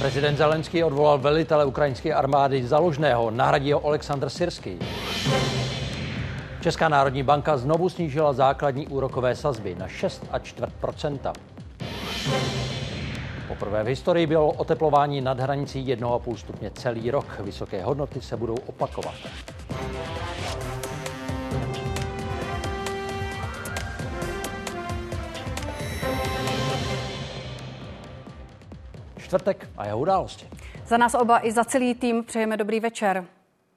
Prezident Zelenský odvolal velitele ukrajinské armády Zalužného, nahradí ho Oleksandr Syrský. Česká národní banka znovu snížila základní úrokové sazby na 6,25%. Poprvé v historii bylo oteplování nad hranicí 1,5 stupně celý rok. Vysoké hodnoty se budou opakovat. Čtvrtek a jeho události. Za nás oba i za celý tým přejeme dobrý večer.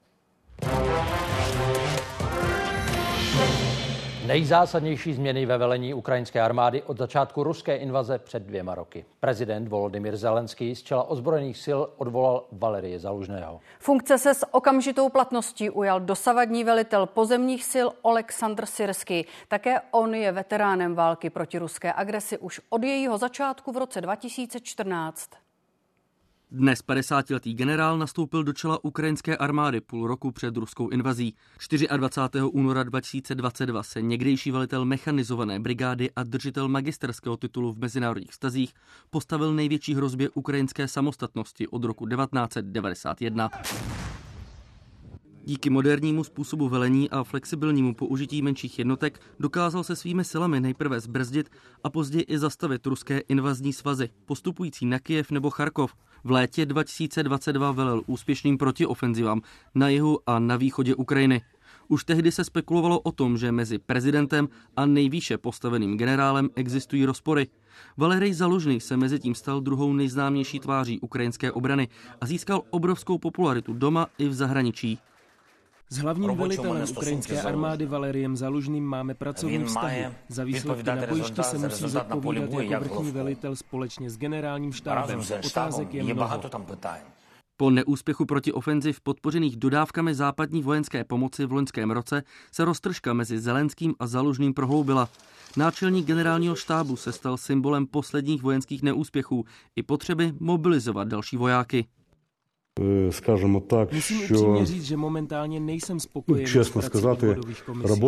Nejzásadnější změny ve velení ukrajinské armády od začátku ruské invaze před 2 roky. Prezident Volodymyr Zelenský z čela ozbrojených sil odvolal Valerie Zalužného. Funkce se s okamžitou platností ujal dosavadní velitel pozemních sil Oleksandr Syrský. Také on je veteránem války proti ruské agresi už od jejího začátku v roce 2014. Dnes 50letý generál nastoupil do čela ukrajinské armády půl roku před ruskou invazí. 24. února 2022 se někdejší velitel mechanizované brigády a držitel magisterského titulu v mezinárodních vztazích postavil největší hrozbě ukrajinské samostatnosti od roku 1991. Díky modernímu způsobu velení a flexibilnímu použití menších jednotek dokázal se svými silami nejprve zbrzdit a později i zastavit ruské invazní svazy, postupující na Kyjev nebo Charkov. V létě 2022 velel úspěšným protiofenzivám na jihu a na východě Ukrajiny. Už tehdy se spekulovalo o tom, že mezi prezidentem a nejvýše postaveným generálem existují rozpory. Valerij Zalužný se mezitím stal druhou nejznámější tváří ukrajinské obrany a získal obrovskou popularitu doma i v zahraničí. S hlavním velitelem ukrajinské armády Valerijem Zalužným máme pracovní vztahy. Za výsledky na bojišti se musí zodpovídat jako vrchní velitel společně s generálním štábem. Otázek je mnoho. Po neúspěchu protiofenziv podpořených dodávkami západní vojenské pomoci v loňském roce se roztržka mezi Zelenským a Zalužným prohloubila. Náčelník generálního štábu se stal symbolem posledních vojenských neúspěchů i potřeby mobilizovat další vojáky. Musím upřímně říct, že momentálně nejsem spokojený s prací odvodových komisí.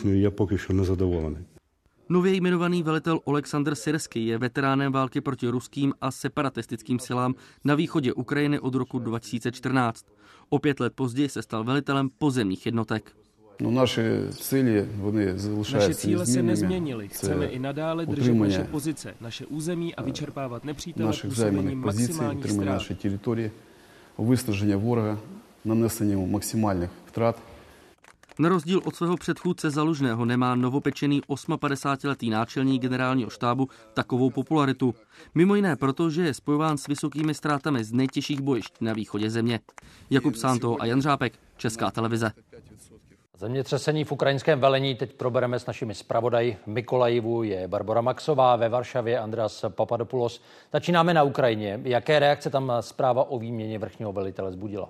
Nově jmenovaný velitel Oleksandr Syrský je veteránem války proti ruským a separatistickým silám na východě Ukrajiny od roku 2014. O 5 let později se stal velitelem pozemních jednotek. Naše cíle se nezměnily. Chceme i nadále držet naše pozice, naše území a vyčerpávat nepřítele působením maximálních ztrát. Vystažení ворога, nanesením maximálních ztrát. Na rozdíl od svého předchůdce Zalužného nemá novopečený 58letý náčelník generálního štábu takovou popularitu. Mimo jiné proto, že je spojován s vysokými ztrátami z nejtěžších bojišť na východě země. Jakub Sánto a Jan Řápek, Česká televize. Zemětřesení v ukrajinském velení teď probereme s našimi zpravodaji. V Mykolajivu je Barbora Maxová, ve Varšavě Andreas Papadopoulos. Začínáme na Ukrajině. Jaké reakce tam zpráva o výměně vrchního velitele vzbudila?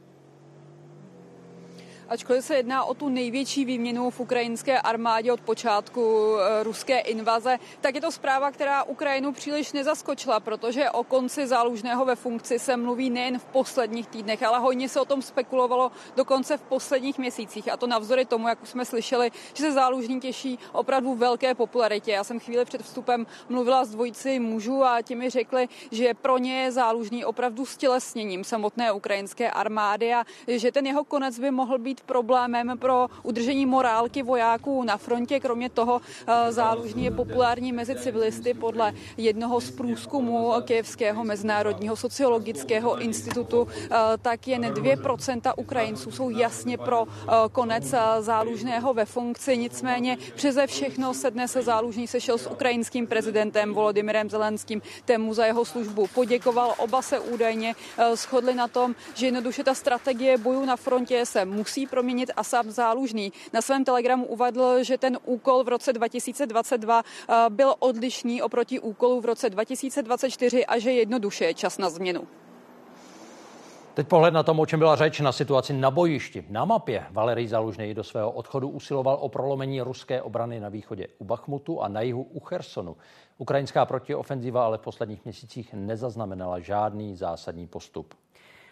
Ačkoliv se jedná o tu největší výměnu v ukrajinské armádě od počátku ruské invaze, tak je to zpráva, která Ukrajinu příliš nezaskočila, protože o konci Zalužného ve funkci se mluví nejen v posledních týdnech, ale hojně se o tom spekulovalo dokonce v posledních měsících. A to navzdory tomu, jak už jsme slyšeli, že se Zalužný těší opravdu velké popularitě. Já jsem chvíli před vstupem mluvila s dvojicí mužů a ti mi řekli, že pro ně je Zalužný opravdu stělesněním samotné ukrajinské armády a že ten jeho konec by mohl být problémem pro udržení morálky vojáků na frontě. Kromě toho Zalužný je populární mezi civilisty. Podle jednoho z průzkumů Kyjevského mezinárodního sociologického institutu tak jen 2% Ukrajinců jsou jasně pro konec Zalužného ve funkci. Nicméně přeze všechno se dnes Zalužný sešel s ukrajinským prezidentem Volodymyrem Zelenským. Ten mu za jeho službu poděkoval. Oba se údajně shodli na tom, že jednoduše ta strategie bojů na frontě se musí proměnit a sám Zalužný na svém telegramu uvedl, že ten úkol v roce 2022 byl odlišný oproti úkolu v roce 2024 a že jednoduše je čas na změnu. Teď pohled na tom, o čem byla řeč, na situaci na bojišti. Na mapě Valerij Zalužný do svého odchodu usiloval o prolomení ruské obrany na východě u Bachmutu a na jihu u Chersonu. Ukrajinská protiofenziva ale v posledních měsících nezaznamenala žádný zásadní postup.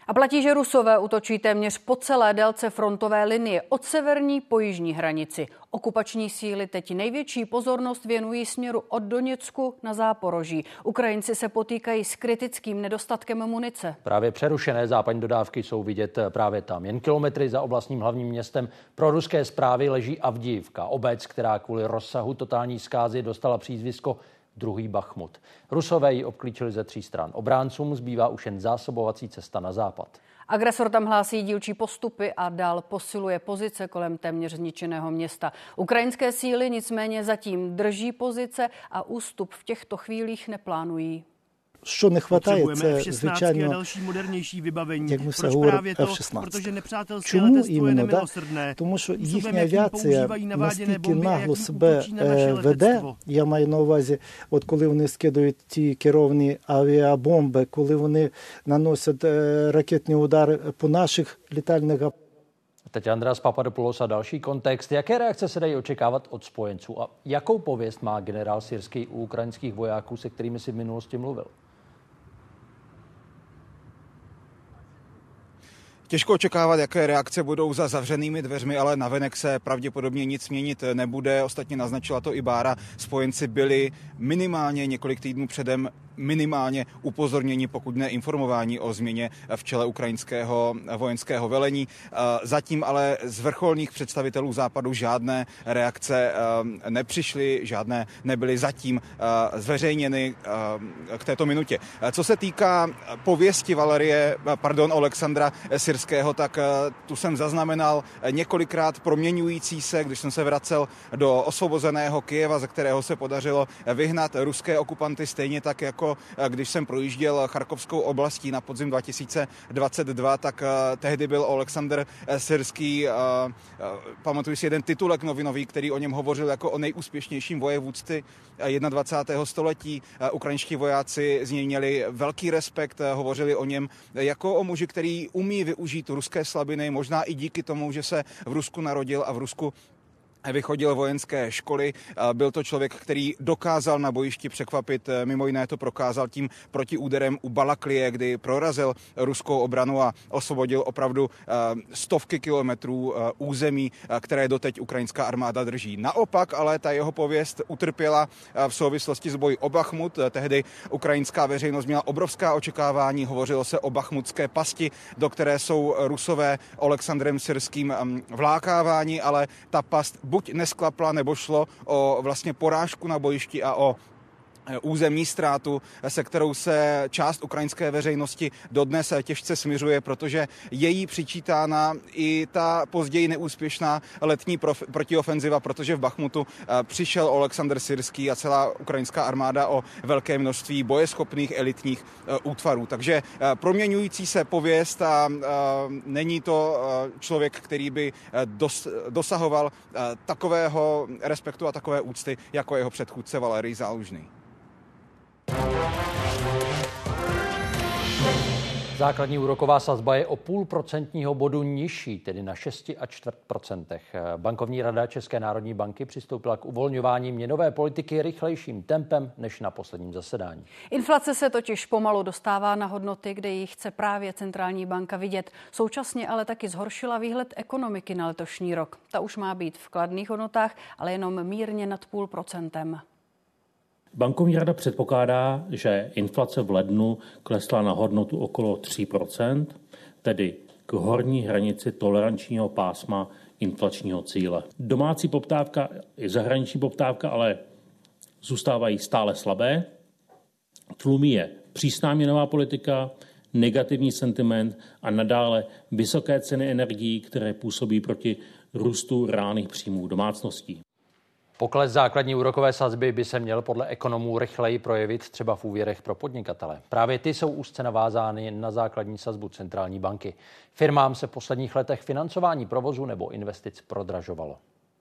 A platí, že Rusové útočí téměř po celé délce frontové linie od severní po jižní hranici. Okupační síly teď největší pozornost věnují směru od Doněcku na Záporoží. Ukrajinci se potýkají s kritickým nedostatkem munice. Právě přerušené západní dodávky jsou vidět právě tam. Jen kilometry za oblastním hlavním městem pro ruské zprávy leží Avdijivka, obec, která kvůli rozsahu totální zkázy dostala přízvisko druhý Bachmut. Rusové ji obklíčili ze 3 stran. Obráncům zbývá už jen zásobovací cesta na západ. Agresor tam hlásí dílčí postupy a dál posiluje pozice kolem téměř zničeného města. Ukrajinské síly nicméně zatím drží pozice a ústup v těchto chvílích neplánují. Що не вистачає, це, звичайно, další modernější vybavení. як ми все Proč говоримо, právě to? F-16. Protože nepřátelské Чому letectvo je іменно, да? nemilosrdné. Тому що Způsobem, їхня jakým авіація používají naváděné настільки bomby a нагло jakým себе útočí na naše веде, letectvo. я маю на увазі, от коли вони скидують ті керовані авіабомби, коли вони наносять ракетні удари по наших літальних апаратах. Teď Andreas Papadopoulos a další kontext. Jaké reakce se dají očekávat od spojenců a jakou pověst má generál Syrský u ukrajinských vojáků, se kterými si v minulosti mluvil? Těžko očekávat, jaké reakce budou za zavřenými dveřmi, ale navenek se pravděpodobně nic měnit nebude. Ostatně naznačila to i Bára. Spojenci byli minimálně několik týdnů předem minimálně upozornění, pokud ne informování o změně v čele ukrajinského vojenského velení. Zatím ale z vrcholných představitelů západu žádné reakce nepřišly, žádné nebyly zatím zveřejněny k této minutě. Co se týká pověsti Alexandra Syrského, tak tu jsem zaznamenal několikrát proměňující se, když jsem se vracel do osvobozeného Kyjeva, ze kterého se podařilo vyhnat ruské okupanty, stejně tak jako když jsem projížděl Charkovskou oblastí na podzim 2022, tak tehdy byl Oleksandr Syrský, pamatuju si jeden titulek novinový, který o něm hovořil jako o nejúspěšnějším vojevůdci 21. století. Ukrajinští vojáci z něj měli velký respekt, hovořili o něm jako o muži, který umí využít ruské slabiny, možná i díky tomu, že se v Rusku narodil a v Rusku vychodil vojenské školy. Byl to člověk, který dokázal na bojišti překvapit, mimo jiné to prokázal tím protiúderem u Balaklie, kdy prorazil ruskou obranu a osvobodil opravdu stovky kilometrů území, které doteď ukrajinská armáda drží. Naopak ale ta jeho pověst utrpěla v souvislosti s boji o Bachmut. Tehdy ukrajinská veřejnost měla obrovská očekávání, hovořilo se o bachmutské pasti, do které jsou Rusové Oleksandrem Syrským vlákáváni, ale ta past buď nesklapla, nebo šlo o vlastně porážku na bojišti a o územní ztrátu, se kterou se část ukrajinské veřejnosti dodnes těžce smiřuje, protože je jí přičítána i ta později neúspěšná letní protiofenziva, protože v Bachmutu přišel Oleksandr Syrský a celá ukrajinská armáda o velké množství bojeschopných elitních útvarů. Takže proměňující se pověst a není to člověk, který by dosahoval takového respektu a takové úcty jako jeho předchůdce Valerij Zálužný. Základní úroková sazba je o 0,5% bodu nižší, tedy na 6,25%. Bankovní rada České národní banky přistoupila k uvolňování měnové politiky rychlejším tempem než na posledním zasedání. Inflace se totiž pomalu dostává na hodnoty, kde ji chce právě centrální banka vidět. Současně ale taky zhoršila výhled ekonomiky na letošní rok. Ta už má být v kladných hodnotách, ale jenom mírně nad 0,5%. Bankovní rada předpokládá, že inflace v lednu klesla na hodnotu okolo 3%, tedy k horní hranici tolerančního pásma inflačního cíle. Domácí poptávka i zahraniční poptávka ale zůstávají stále slabé. Tlumí je přísná měnová politika, negativní sentiment a nadále vysoké ceny energií, které působí proti růstu reálných příjmů domácností. Pokles základní úrokové sazby by se měl podle ekonomů rychleji projevit třeba v úvěrech pro podnikatele. Právě ty jsou úzce navázány na základní sazbu centrální banky. Firmám se v posledních letech financování provozu nebo investic prodražovalo.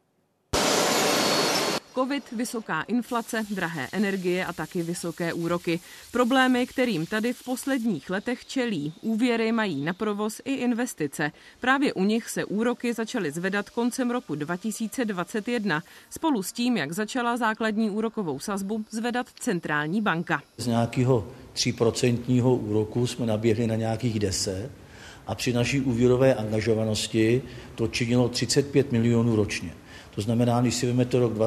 Covid, vysoká inflace, drahé energie a taky vysoké úroky. Problémy, kterým tady v posledních letech čelí. Úvěry mají na provoz i investice. Právě u nich se úroky začaly zvedat koncem roku 2021. Spolu s tím, jak začala základní úrokovou sazbu zvedat centrální banka. Z nějakého 3% úroku jsme naběhli na nějakých 10 a při naší úvěrové angažovanosti to činilo 35 milionů ročně. To znamená, když si vezmete rok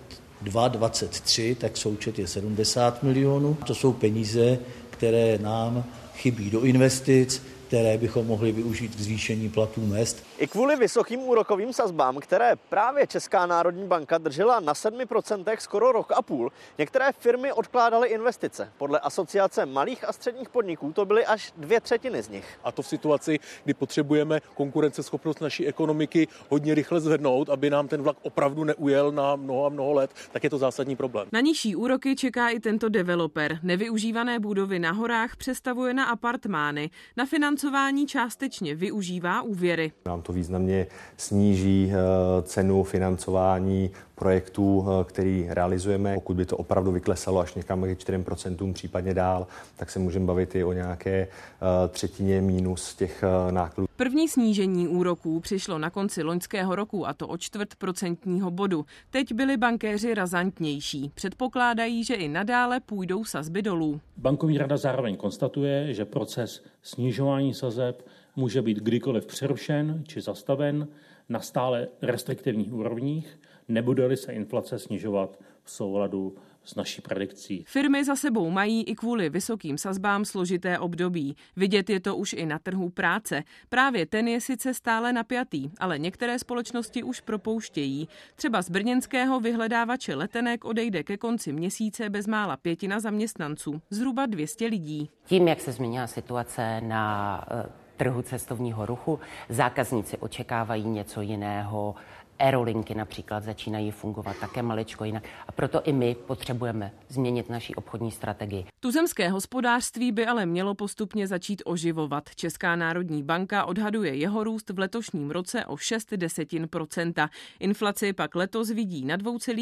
2023, tak součet je 70 milionů. To jsou peníze, které nám chybí do investic, které bychom mohli využít k zvýšení platů mezd. I kvůli vysokým úrokovým sazbám, které právě Česká národní banka držela na 7% skoro rok a půl, některé firmy odkládaly investice. Podle Asociace malých a středních podniků to byly až 2/3 z nich. A to v situaci, kdy potřebujeme konkurenceschopnost naší ekonomiky hodně rychle zvednout, aby nám ten vlak opravdu neujel na mnoho a mnoho let, tak je to zásadní problém. Na nižší úroky čeká i tento developer. Nevyužívané budovy na horách přestavuje na apartmány. Na financování částečně využívá úvěry. Nám to významně sníží cenu financování projektů, který realizujeme. Pokud by to opravdu vyklesalo až někam k 4%, případně dál, tak se můžeme bavit i o nějaké třetině mínus těch nákladů. První snížení úroků přišlo na konci loňského roku, a to o 0,25 bodu. Teď byli bankéři razantnější. Předpokládají, že i nadále půjdou sazby dolů. Bankovní rada zároveň konstatuje, že proces snižování sazeb může být kdykoliv přerušen či zastaven na stále restriktivních úrovních, nebude-li se inflace snižovat v souladu s naší predikcí. Firmy za sebou mají i kvůli vysokým sazbám složité období. Vidět je to už i na trhu práce. Právě ten je sice stále napjatý, ale některé společnosti už propouštějí. Třeba z brněnského vyhledávače letenek odejde ke konci měsíce bezmála 1/5 zaměstnanců, zhruba 200 lidí. Tím, jak se změnila situace na trhu cestovního ruchu, zákazníci očekávají něco jiného, aerolinky například začínají fungovat také maličko jinak a proto i my potřebujeme změnit naši obchodní strategii. Tuzemské hospodářství by ale mělo postupně začít oživovat. Česká národní banka odhaduje jeho růst v letošním roce o 0,6%. Inflaci pak letos vidí na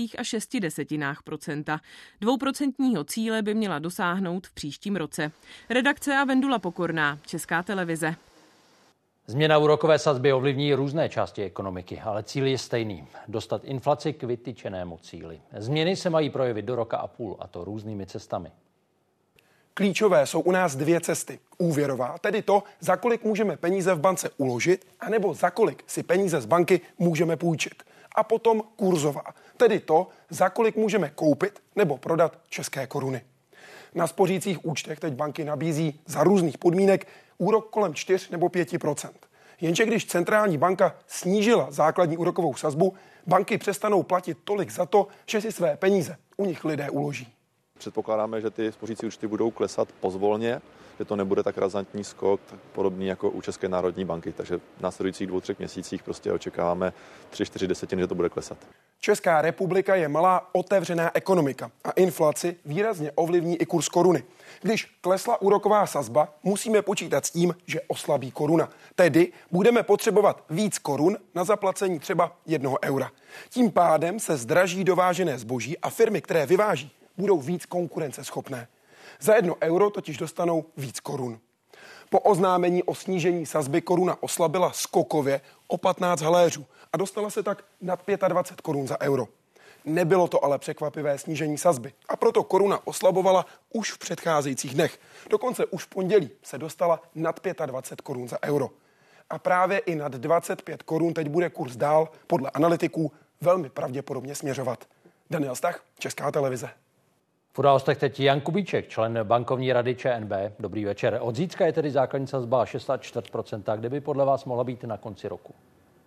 2,6%. 2% cíle by měla dosáhnout v příštím roce. Redakce a Vendula Pokorná, Česká televize. Změna úrokové sazby ovlivní různé části ekonomiky, ale cíl je stejný – dostat inflaci k vytyčenému cíli. Změny se mají projevit do roka a půl, a to různými cestami. Klíčové jsou u nás dvě cesty. Úvěrová, tedy to, za kolik můžeme peníze v bance uložit, anebo za kolik si peníze z banky můžeme půjčit. A potom kurzová, tedy to, za kolik můžeme koupit nebo prodat české koruny. Na spořících účtech teď banky nabízí za různých podmínek úrok kolem 4 nebo 5%. Jenže když centrální banka snížila základní úrokovou sazbu, banky přestanou platit tolik za to, že si své peníze u nich lidé uloží. Předpokládáme, že ty spořící účty budou klesat pozvolně, že to nebude tak razantní skok, tak podobný jako u České národní banky. Takže v následujících 2-3 měsících prostě očekáváme 3-4 desetiny, že to bude klesat. Česká republika je malá otevřená ekonomika a inflaci výrazně ovlivní i kurz koruny. Když klesla úroková sazba, musíme počítat s tím, že oslabí koruna. Tedy budeme potřebovat víc korun na zaplacení třeba 1 eura. Tím pádem se zdraží dovážené zboží a firmy, které vyváží, budou víc konkurenceschopné. Za 1 euro totiž dostanou víc korun. Po oznámení o snížení sazby koruna oslabila skokově o 15 haléřů a dostala se tak nad 25 korun za euro. Nebylo to ale překvapivé snížení sazby a proto koruna oslabovala už v předcházejících dnech. Dokonce už v pondělí se dostala nad 25 korun za euro. A právě i nad 25 korun teď bude kurz dál, podle analytiků, velmi pravděpodobně směřovat. Daniel Stach, Česká televize. V Událostech teď Jan Kubíček, člen bankovní rady ČNB. Dobrý večer. Od zítřka je tedy základní sazba 6,25%. Kde by podle vás mohla být na konci roku?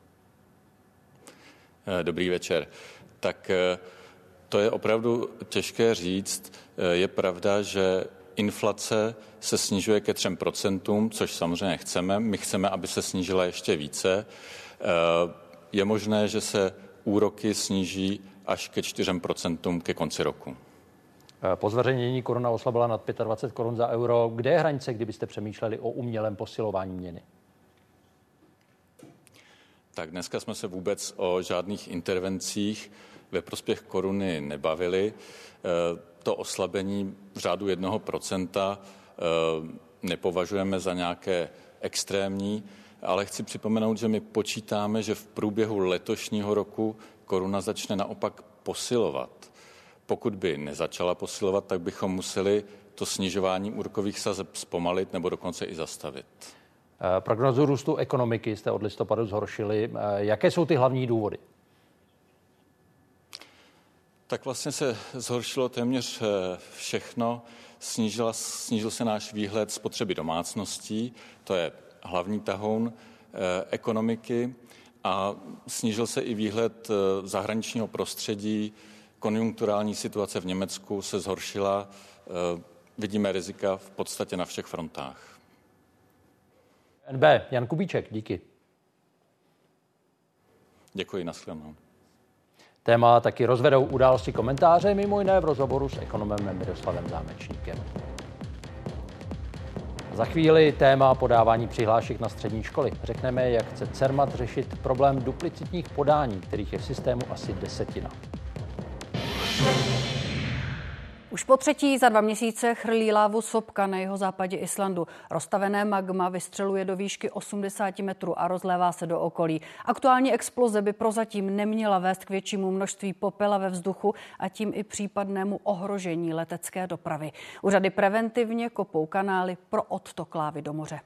Dobrý večer. Tak to je opravdu těžké říct. Je pravda, že inflace se snižuje ke 3%, což samozřejmě chceme. My chceme, aby se snížila ještě více. Je možné, že se úroky sníží až ke 4% ke konci roku. Po zveřejnění koruna oslabila nad 25 korun za euro. Kde je hranice, kdybyste přemýšleli o umělém posilování měny? Tak dneska jsme se vůbec o žádných intervencích ve prospěch koruny nebavili. To oslabení v řádu 1% nepovažujeme za nějaké extrémní, ale chci připomenout, že my počítáme, že v průběhu letošního roku koruna začne naopak posilovat. Pokud by nezačala posilovat, tak bychom museli to snižování úrokových sazeb zpomalit nebo dokonce i zastavit. Prognozu růstu ekonomiky jste od listopadu zhoršili. Jaké jsou ty hlavní důvody? Tak vlastně se zhoršilo téměř všechno. Snížil se náš výhled spotřeby domácností, to je hlavní tahoun ekonomiky, a snížil se i výhled zahraničního prostředí. Konjunkturální situace v Německu se zhoršila. Vidíme rizika v podstatě na všech frontách. NB, Jan Kubíček, díky. Děkuji, nashledanou. Téma taky rozvedou Události komentáře, mimo jiné v rozhovoru s ekonomem Miroslavem Zámečníkem. Za chvíli téma podávání přihlášek na střední školy. Řekneme, jak chce Cermat řešit problém duplicitních podání, kterých je v systému asi 10. Už po třetí za 2 měsíce chrlí lávu sopka na jihozápadě Islandu. Roztavené magma vystřeluje do výšky 80 metrů a rozlévá se do okolí. Aktuální exploze by prozatím neměla vést k většímu množství popela ve vzduchu a tím i případnému ohrožení letecké dopravy. Úřady preventivně kopou kanály pro odtok lávy do moře.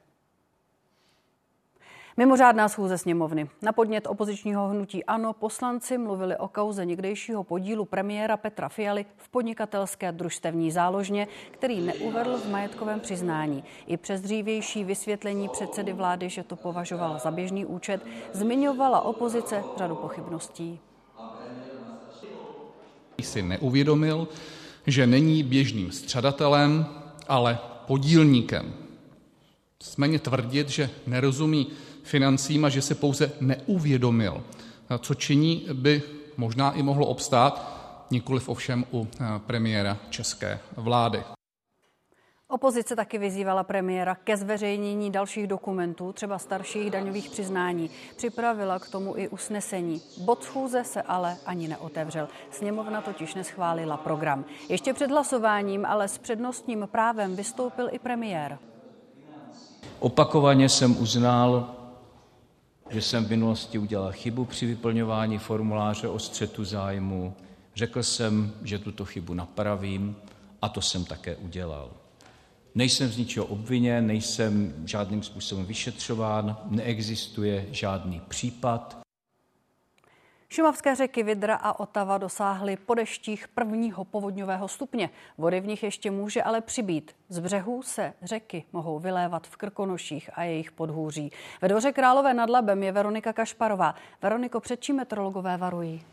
Mimořádná schůze sněmovny. Na podnět opozičního hnutí ANO poslanci mluvili o kauze někdejšího podílu premiéra Petra Fialy v podnikatelské družstevní záložně, který neuvedl v majetkovém přiznání. I přes dřívější vysvětlení předsedy vlády, že to považoval za běžný účet, zmiňovala opozice řadu pochybností. Si neuvědomil, že není běžným střadatelem, ale podílníkem. Směně tvrdit, že nerozumí financím a že se pouze neuvědomil, co činí, by možná i mohlo obstát, nikoliv ovšem u premiéra české vlády. Opozice taky vyzývala premiéra ke zveřejnění dalších dokumentů, třeba starších daňových přiznání. Připravila k tomu i usnesení. Bod schůze se ale ani neotevřel. Sněmovna totiž neschválila program. Ještě před hlasováním ale s přednostním právem vystoupil i premiér. Opakovaně jsem uznal, že jsem v minulosti udělal chybu při vyplňování formuláře o střetu zájmů. Řekl jsem, že tuto chybu napravím, a to jsem také udělal. Nejsem z ničeho obviněn, nejsem žádným způsobem vyšetřován, neexistuje žádný případ. Šumavské řeky Vydra a Otava dosáhly po deštích 1. povodňového stupně. Vody v nich ještě může ale přibýt. Z břehů se řeky mohou vylévat v Krkonoších a jejich podhůří. Ve Dvoře Králové nad Labem je Veronika Kašparová. Veroniko, před čím meteorologové varují?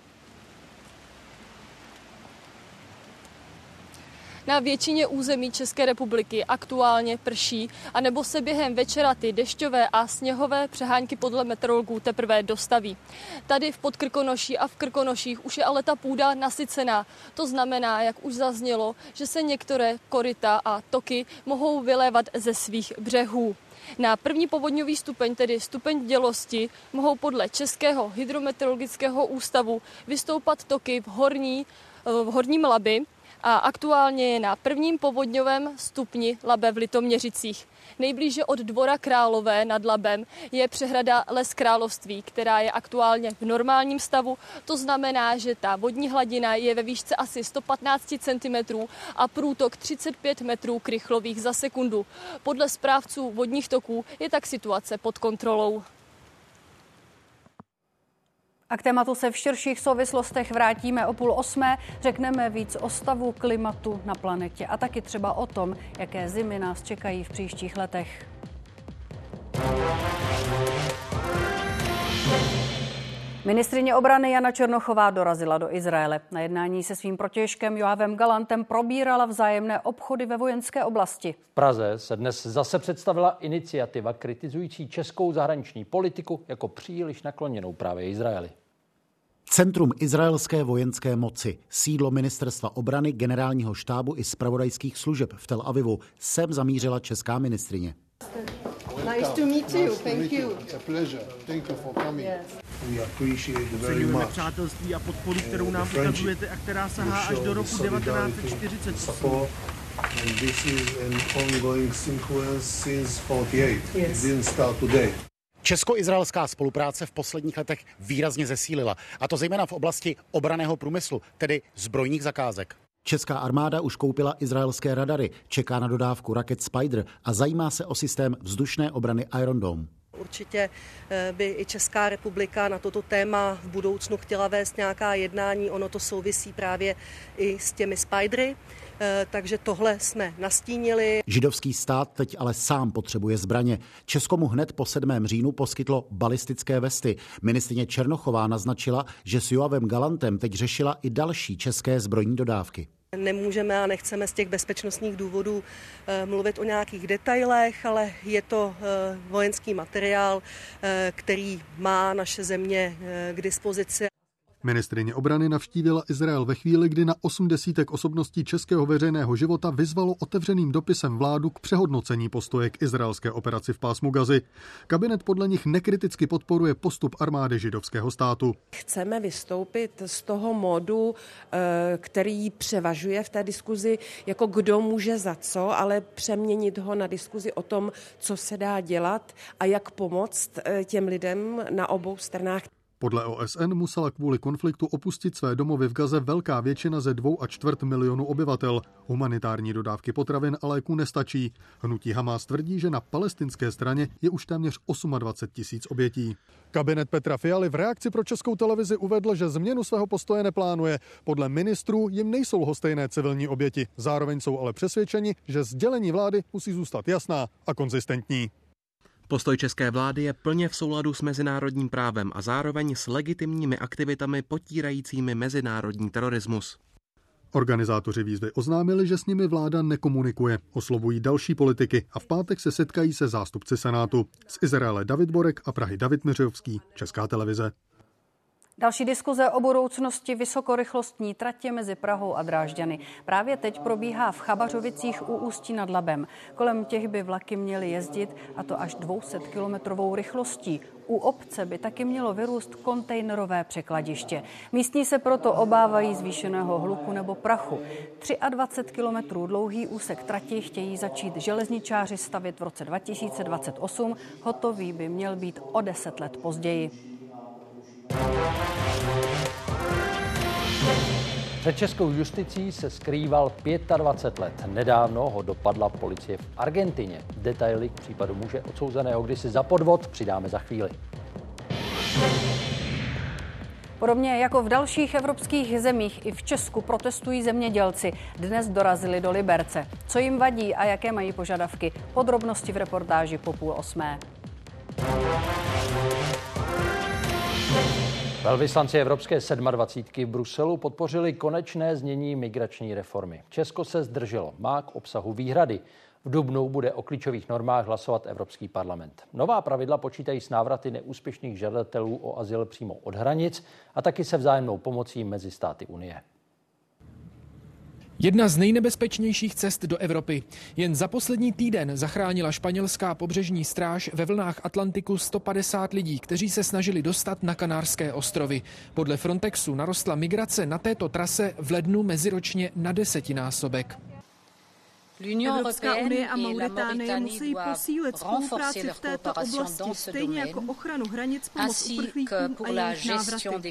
Na většině území České republiky aktuálně prší, anebo se během večera ty dešťové a sněhové přehánky podle meteorologů teprve dostaví. Tady v Podkrkonoší a v Krkonoších už je ale ta půda nasycená. To znamená, jak už zaznělo, že se některé koryta a toky mohou vylévat ze svých břehů. Na 1. povodňový stupeň, tedy stupeň bdělosti, mohou podle Českého hydrometeorologického ústavu vystoupat toky v horním Labi, a aktuálně je na 1. povodňovém stupni Labe v Litoměřicích. Nejblíže od Dvora Králové nad Labem je přehrada Les Království, která je aktuálně v normálním stavu. To znamená, že ta vodní hladina je ve výšce asi 115 cm a průtok 35 metrů krychlových za sekundu. Podle správců vodních toků je tak situace pod kontrolou. A k tématu se v širších souvislostech vrátíme o 7:30. Řekneme víc o stavu klimatu na planetě a taky třeba o tom, jaké zimy nás čekají v příštích letech. Ministryně obrany Jana Černochová dorazila do Izraele. Na jednání se svým protějškem Joavem Galantem probírala vzájemné obchody ve vojenské oblasti. V Praze se dnes zase představila iniciativa kritizující českou zahraniční politiku jako příliš nakloněnou právě Izraeli. Centrum izraelské vojenské moci, sídlo ministerstva obrany, generálního štábu i zpravodajských služeb v Tel Avivu, sem zamířila česká ministryně. Nice to meet you. Thank you. It's a pleasure. Thank you for coming. Yes. We appreciate it very Oceňujeme much. přátelství a podporu, kterou nám ukazujete a která sahá až do roku 1948. And this is an ongoing sequence since 48. Yes. It didn't start today. Česko-izraelská spolupráce v posledních letech výrazně zesílila, a to zejména v oblasti obranného průmyslu, tedy zbrojních zakázek. Česká armáda už koupila izraelské radary, čeká na dodávku raket Spider a zajímá se o systém vzdušné obrany Iron Dome. Určitě by i Česká republika na toto téma v budoucnu chtěla vést nějaká jednání. Ono to souvisí právě i s těmi Spidery, takže tohle jsme nastínili. Židovský stát teď ale sám potřebuje zbraně. Česko mu hned po 7. říjnu poskytlo balistické vesty. Ministryně Černochová naznačila, že s Joavem Galantem teď řešila i další české zbrojní dodávky. Nemůžeme a nechceme z těch bezpečnostních důvodů mluvit o nějakých detailech, ale je to vojenský materiál, který má naše země k dispozici. Ministryně obrany navštívila Izrael ve chvíli, kdy na 80 osobností českého veřejného života vyzvalo otevřeným dopisem vládu k přehodnocení postoje k izraelské operaci v pásmu Gazy. Kabinet podle nich nekriticky podporuje postup armády židovského státu. Chceme vystoupit z toho módu, který převažuje v té diskuzi, jako kdo může za co, ale přeměnit ho na diskuzi o tom, co se dá dělat a jak pomoct těm lidem na obou stranách. Podle OSN musela kvůli konfliktu opustit své domovy v Gaze velká většina ze 2,25 milionu obyvatel. Humanitární dodávky potravin a léků nestačí. Hnutí Hamás tvrdí, že na palestinské straně je už téměř 28 000 obětí. Kabinet Petra Fialy v reakci pro Českou televizi uvedl, že změnu svého postoje neplánuje. Podle ministrů jim nejsou lhostejné civilní oběti. Zároveň jsou ale přesvědčeni, že sdělení vlády musí zůstat jasná a konzistentní. Postoj české vlády je plně v souladu s mezinárodním právem a zároveň s legitimními aktivitami potírajícími mezinárodní terorismus. Organizátoři výzvy oznámili, že s nimi vláda nekomunikuje, oslovují další politiky a v pátek se setkají se zástupci Senátu. Z Izraele David Borek a Prahy David Miřovský, Česká televize. Další diskuze o budoucnosti vysokorychlostní tratě mezi Prahou a Drážďany. Právě teď probíhá v Chabařovicích u Ústí nad Labem. Kolem těch by vlaky měly jezdit, a to až 200-kilometrovou rychlostí. U obce by taky mělo vyrůst kontejnerové překladiště. Místní se proto obávají zvýšeného hluku nebo prachu. 23 kilometrů dlouhý úsek trati chtějí začít železničáři stavět v roce 2028. Hotový by měl být o 10 let později. Před českou justicí se skrýval 25 let. Nedávno ho dopadla policie v Argentině. Detaily k případu muže odsouzeného kdysi za podvod přidáme za chvíli. Podobně jako v dalších evropských zemích i v Česku protestují zemědělci. Dnes dorazili do Liberce. Co jim vadí a jaké mají požadavky? Podrobnosti v reportáži po 7:30. Velvyslanci Evropské 27 v Bruselu podpořili konečné znění migrační reformy. Česko se zdrželo, má k obsahu výhrady. V dubnu bude o klíčových normách hlasovat Evropský parlament. Nová pravidla počítají s návraty neúspěšných žadatelů o azyl přímo od hranic a taky se vzájemnou pomocí mezi státy Unie. Jedna z nejnebezpečnějších cest do Evropy. Jen za poslední týden zachránila španělská pobřežní stráž ve vlnách Atlantiku 150 lidí, kteří se snažili dostat na Kanárské ostrovy. Podle Frontexu narostla migrace na této trase v lednu meziročně na 10násobek. Evropská unie a Mauritánie musí posílit spolupráci v této oblasti, stejně jako ochranu hranic, pomoc uprchlíkům a jejich návraty.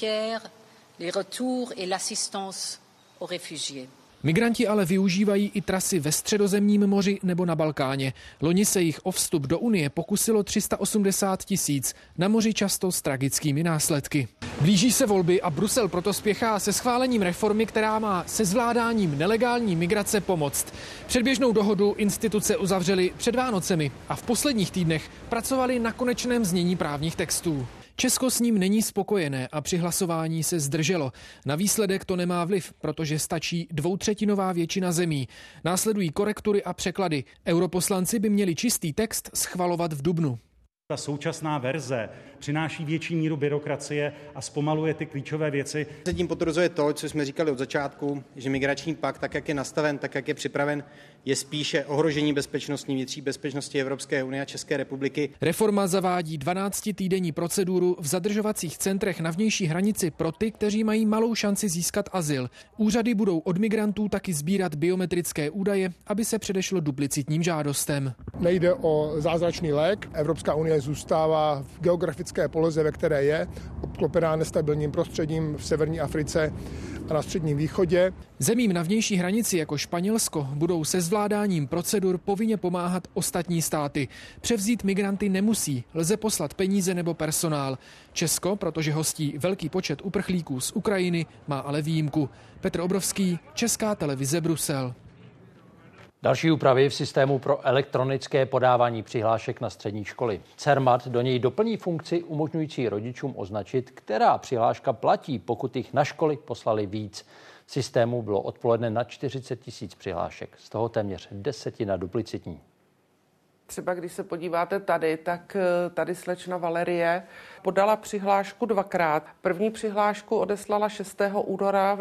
Migranti ale využívají i trasy ve Středozemním moři nebo na Balkáně. Loni se jich o vstup do Unie pokusilo 380 000, na moři často s tragickými následky. Blíží se volby a Brusel proto spěchá se schválením reformy, která má se zvládáním nelegální migrace pomoct. Předběžnou dohodu instituce uzavřely před Vánocemi a v posledních týdnech pracovali na konečném znění právních textů. Česko s ním není spokojené a při hlasování se zdrželo. Na výsledek to nemá vliv, protože stačí 2/3 většina zemí. Následují korektury a překlady. Europoslanci by měli čistý text schvalovat v dubnu. Ta současná verze přináší větší míru byrokracie a zpomaluje ty klíčové věci. Se tím potvrzuje to, co jsme říkali od začátku, že migrační pakt, tak jak je nastaven, tak jak je připraven, je spíše ohrožení bezpečnostní, vnitřní bezpečnosti Evropské unie a České republiky. Reforma zavádí 12týdenní proceduru v zadržovacích centrech na vnější hranici pro ty, kteří mají malou šanci získat azyl. Úřady budou od migrantů taky sbírat biometrické údaje, aby se předešlo duplicitním žádostem. Nejde o zázračný lék. Evropská unie zůstává v geografické poloze, ve které je. sklopená nestabilním prostředím v severní Africe a na Středním východě. Zemím na vnější hranici jako Španělsko budou se zvládáním procedur povinně pomáhat ostatní státy. Převzít migranty nemusí, lze poslat peníze nebo personál. Česko, protože hostí velký počet uprchlíků z Ukrajiny, má ale výjimku. Petr Obrovský, Česká televize, Brusel. Další úpravy v systému pro elektronické podávání přihlášek na střední školy. Cermat do něj doplní funkci umožňující rodičům označit, která přihláška platí, pokud jich na školy poslali víc. V systému bylo odpoledne na 40 000 přihlášek, z toho téměř 10 duplicitní. Třeba když se podíváte tady, tak tady slečna Valerie podala přihlášku 2krát. První přihlášku odeslala 6. února v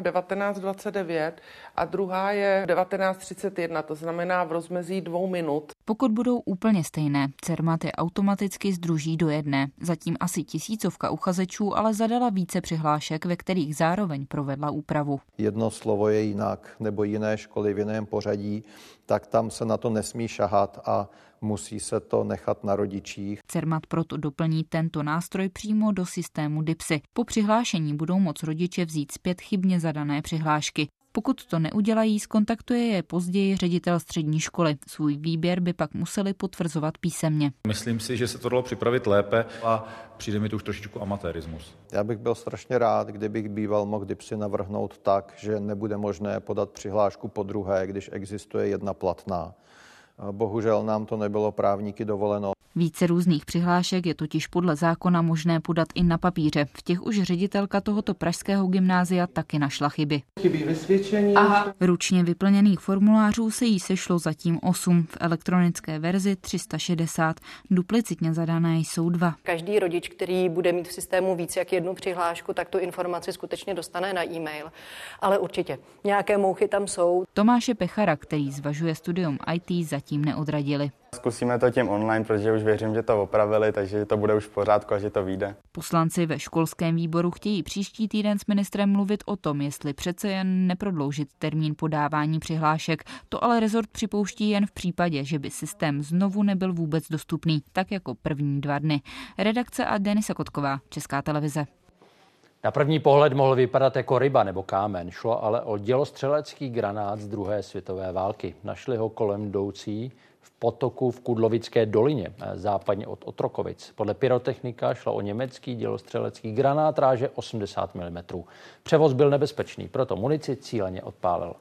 19:29 a druhá je v 19:31, to znamená v rozmezí 2 minut. Pokud budou úplně stejné, Cermat je automaticky sdruží do jedné. Zatím asi 1000 uchazečů ale zadala více přihlášek, ve kterých zároveň provedla úpravu. Jedno slovo je jinak, nebo jiné školy v jiném pořadí, tak tam se na to nesmí šahat a musí se to nechat na rodičích. Cermat proto doplní tento nástroj přímo do systému DIPSy. Po přihlášení budou moct rodiče vzít zpět chybně zadané přihlášky. Pokud to neudělají, zkontaktuje je později ředitel střední školy. Svůj výběr by pak museli potvrzovat písemně. Myslím si, že se to dalo připravit lépe a přijde mi to už trošičku amatérismus. Já bych byl strašně rád, kdybych býval mohl DIPSy navrhnout tak, že nebude možné podat přihlášku po druhé, když existuje jedna platná. Bohužel nám to nebylo právníky dovoleno. Více různých přihlášek je totiž podle zákona možné podat i na papíře. V těch už ředitelka tohoto pražského gymnázia taky našla chyby. Chybí vysvědčení. Ručně vyplněných formulářů se jí sešlo zatím 8, v elektronické verzi 360. Duplicitně zadané jsou 2. Každý rodič, který bude mít v systému víc jak jednu přihlášku, tak tu informaci skutečně dostane na e-mail. Ale určitě nějaké mouchy tam jsou. Tomáše Pechara, který zvažuje studium IT, zatím neodradili. Zkusíme to tím online, protože už věřím, že to opravili, takže to bude už v pořádku a že to vyjde. Poslanci ve školském výboru chtějí příští týden s ministrem mluvit o tom, jestli přece jen neprodloužit termín podávání přihlášek. To ale rezort připouští jen v případě, že by systém znovu nebyl vůbec dostupný, tak jako první 2 dny. Redakce a Denisa Kotková, Česká televize. Na první pohled mohl vypadat jako ryba nebo kámen, šlo ale o dělostřelecký granát z druhé světové války. Našli ho kolem jdoucí v potoku v Kudlovické dolině, západně od Otrokovic. Podle pyrotechnika šlo o německý dělostřelecký granát ráže 80 mm. Převoz byl nebezpečný, proto munici cíleně odpálil.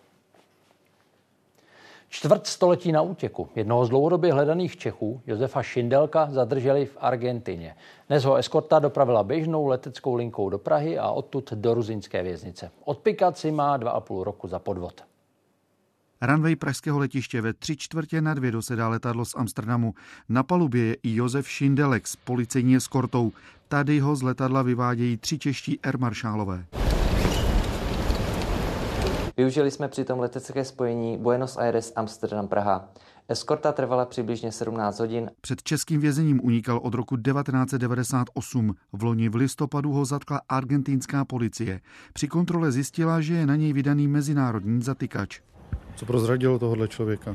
Čtvrtstoletí na útěku. Jednoho z dlouhodobě hledaných Čechů, Josefa Šindelka, zadrželi v Argentině. Dnes ho eskorta dopravila běžnou leteckou linkou do Prahy a odtud do ruzyňské věznice. Odpikat si má 2,5 roku za podvod. Runway pražského letiště ve 3:45 dosedá letadlo z Amsterdamu. Na palubě je i Josef Šindelek s policejní eskortou. Tady ho z letadla vyvádějí 3 čeští airmaršálové. Využili jsme přitom letecké spojení Buenos Aires Amsterdam Praha. Eskorta trvala přibližně 17 hodin. Před českým vězením unikal od roku 1998. V loni v listopadu ho zatkla argentinská policie. Při kontrole zjistila, že je na něj vydaný mezinárodní zatykač. Co prozradilo tohohle člověka?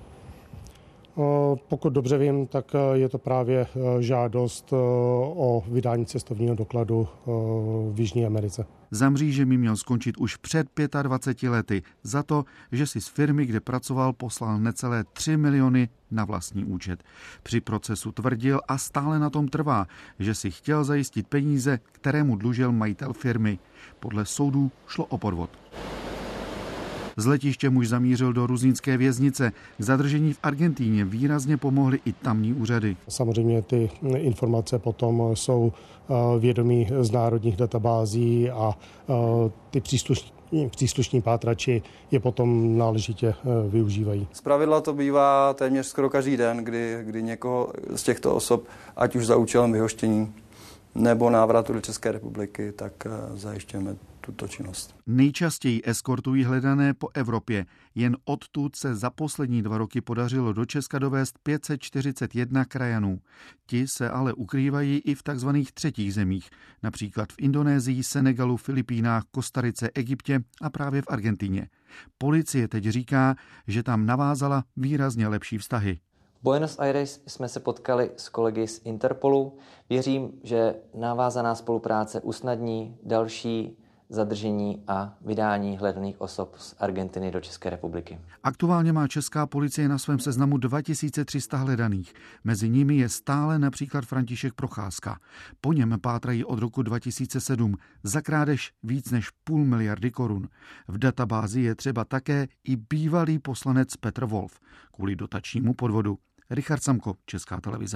Pokud dobře vím, tak je to právě žádost o vydání cestovního dokladu v Jižní Americe. Za mřížemi měl skončit už před 25 lety za to, že si z firmy, kde pracoval, poslal necelé 3 miliony na vlastní účet. Při procesu tvrdil a stále na tom trvá, že si chtěl zajistit peníze, které mu dlužil majitel firmy. Podle soudů šlo o podvod. Z letiště muž zamířil do ruzyňské věznice. K zadržení v Argentíně výrazně pomohly i tamní úřady. Samozřejmě ty informace potom jsou vědomí z národních databází a ty příslušní pátrači je potom náležitě využívají. Zpravidla to bývá téměř skoro každý den, kdy někoho z těchto osob, ať už za účelem vyhoštění nebo návratu do České republiky, tak zajišťujeme tuto činnost. Nejčastěji eskortují hledané po Evropě. Jen odtud se za poslední 2 roky podařilo do Česka dovést 541 krajanů. Ti se ale ukrývají i v takzvaných třetích zemích, například v Indonésii, Senegalu, Filipínách, Kostarice, Egyptě a právě v Argentině. Policie teď říká, že tam navázala výrazně lepší vztahy. Buenos Aires jsme se potkali s kolegy z Interpolu. Věřím, že navázaná spolupráce usnadní další zadržení a vydání hledaných osob z Argentiny do České republiky. Aktuálně má česká policie na svém seznamu 2300 hledaných. Mezi nimi je stále například František Procházka. Po něm pátrají od roku 2007 za krádež víc než 500 miliardy korun. V databázi je třeba také i bývalý poslanec Petr Wolf kvůli dotačnímu podvodu. Richard Samko, Česká televize.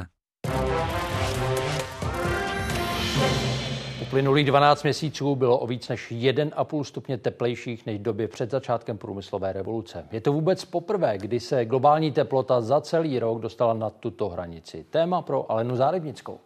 Uplynulých 12 měsíců bylo o víc než 1,5 stupně teplejších než v době před začátkem průmyslové revoluce. Je to vůbec poprvé, kdy se globální teplota za celý rok dostala na tuto hranici. Téma pro Alenu Zárybnickou.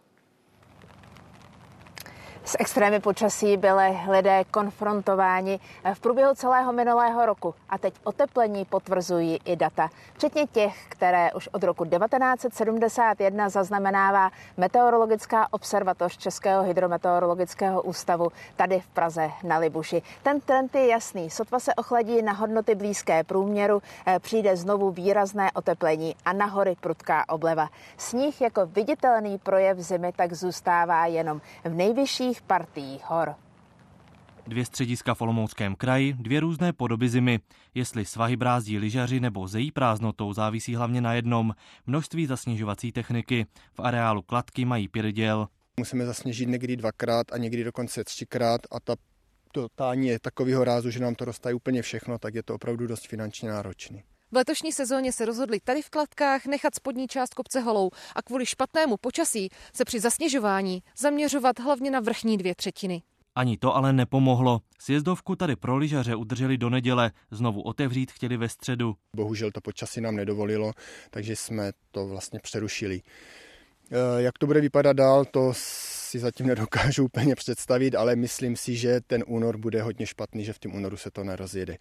S extrémy počasí byli lidé konfrontováni v průběhu celého minulého roku a teď oteplení potvrzují i data, včetně těch, které už od roku 1971 zaznamenává Meteorologická observatoř Českého hydrometeorologického ústavu tady v Praze na Libuši. Ten trend je jasný, sotva se ochladí na hodnoty blízké průměru, přijde znovu výrazné oteplení a na hory prudká obleva. Sníh jako viditelný projev zimy tak zůstává jenom v nejvyšších partiích hor. 2 střediska v Olomouckém kraji, 2 různé podoby zimy. Jestli svahy brázdí lyžaři nebo s její prázdnotou, závisí hlavně na jednom: množství zasněžovací techniky. V areálu Kladky mají 5 děl. Musíme zasněžit někdy 2krát a někdy dokonce 3krát a to tání je takového rázu, že nám to roztají úplně všechno, tak je to opravdu dost finančně náročný. V letošní sezóně se rozhodli tady v Kladkách nechat spodní část kopce holou a kvůli špatnému počasí se při zasněžování zaměřovat hlavně na vrchní 2/3. Ani to ale nepomohlo. Sjezdovku tady pro lyžaře udrželi do neděle, znovu otevřít chtěli ve středu. Bohužel to počasí nám nedovolilo, takže jsme to vlastně přerušili. Jak to bude vypadat dál, to si zatím nedokážu úplně představit, ale myslím si, že ten únor bude hodně špatný, že v tom únoru se to nerozjede.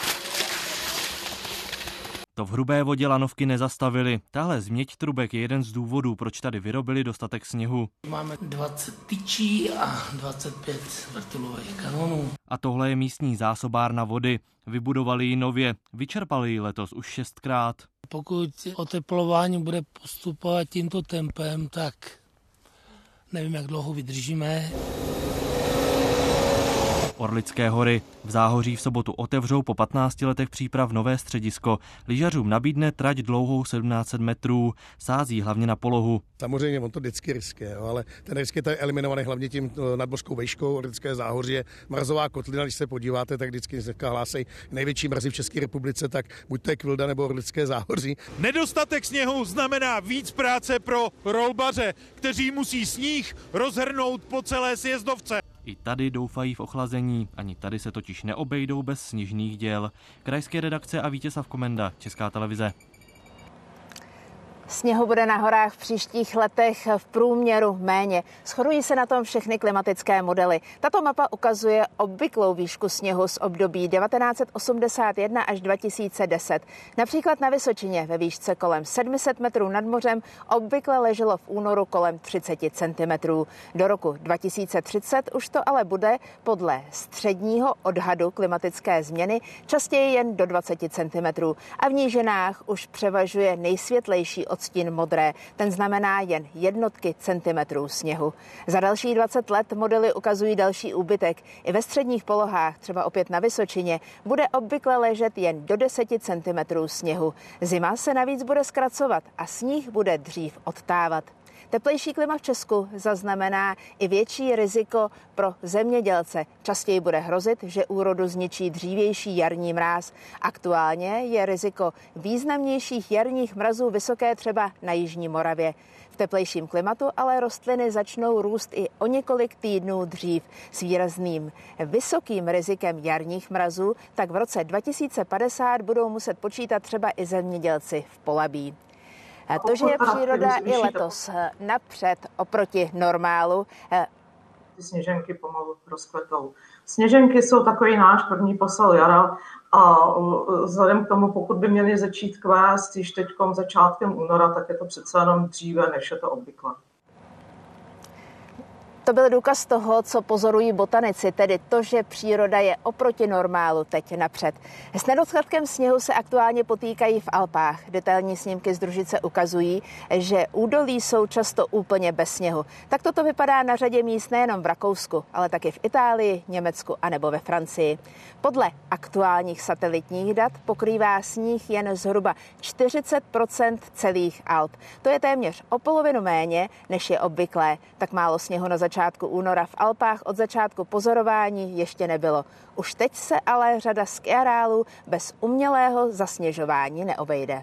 To v Hrubé Vodě lanovky nezastavili. Tahle změť trubek je jeden z důvodů, proč tady vyrobili dostatek sněhu. Máme 20 tyčí a 25 vrtulových kanonů. A tohle je místní zásobárna vody. Vybudovali ji nově, vyčerpali ji letos už 6krát. Pokud oteplování bude postupovat tímto tempem, tak nevím, jak dlouho vydržíme. Orlické hory. V Záhoří v sobotu otevřou po 15 letech příprav nové středisko. Lyžařům nabídne trať dlouhou 1700 metrů. Sází hlavně na polohu. Samozřejmě on to vždycky riskuje, ale ten risk je tady eliminovaný hlavně tím nadmořskou vejškou. Orlické Záhoří je mrazová kotlina, když se podíváte, tak vždycky hlásí největší mrazy v České republice, tak buď to je Kvilda nebo Orlické Záhoří. Nedostatek sněhu znamená víc práce pro rolbaře, kteří musí sníh rozhrnout po celé sjezdovce. I tady doufají v ochlazení, ani tady se totiž neobejdou bez sněžných děl. Krajské redakce a Vítězslav Komenda, Česká televize. Sněhu bude na horách v příštích letech v průměru méně. Shodují se na tom všechny klimatické modely. Tato mapa ukazuje obvyklou výšku sněhu z období 1981 až 2010. Například na Vysočině ve výšce kolem 700 metrů nad mořem obvykle leželo v únoru kolem 30 cm. Do roku 2030 už to ale bude podle středního odhadu klimatické změny častěji jen do 20 cm. A v nížinách už převažuje nejsvětlejší odstín modré, ten znamená jen jednotky centimetrů sněhu. Za další 20 let modely ukazují další úbytek. I ve středních polohách, třeba opět na Vysočině, bude obvykle ležet jen do 10 centimetrů sněhu. Zima se navíc bude zkracovat a sníh bude dřív odtávat. Teplejší klima v Česku zaznamená i větší riziko pro zemědělce. Častěji bude hrozit, že úrodu zničí dřívější jarní mráz. Aktuálně je riziko významnějších jarních mrazů vysoké třeba na jižní Moravě. V teplejším klimatu ale rostliny začnou růst i o několik týdnů dřív. S výrazným vysokým rizikem jarních mrazů tak v roce 2050 budou muset počítat třeba i zemědělci v Polabí. To, že je příroda i letos napřed oproti normálu. Ty sněženky pomalu rozkvetou. Sněženky jsou takový náš první posel jara a vzhledem k tomu, pokud by měly začít kvést již teďkom začátkem února, tak je to přece jenom dříve, než je to obvykle. To byl důkaz toho, co pozorují botanici, tedy to, že příroda je oproti normálu teď napřed. S nedostatkem sněhu se aktuálně potýkají v Alpách. Detailní snímky z družice ukazují, že údolí jsou často úplně bez sněhu. Tak toto vypadá na řadě míst nejenom v Rakousku, ale taky v Itálii, Německu a nebo ve Francii. Podle aktuálních satelitních dat pokrývá sníh jen zhruba 40% celých Alp. To je téměř o polovinu méně, než je obvyklé. Tak málo sněhu na začátku února v Alpách od začátku pozorování ještě nebylo. Už teď se ale řada skiareálů bez umělého zasněžování neobejde.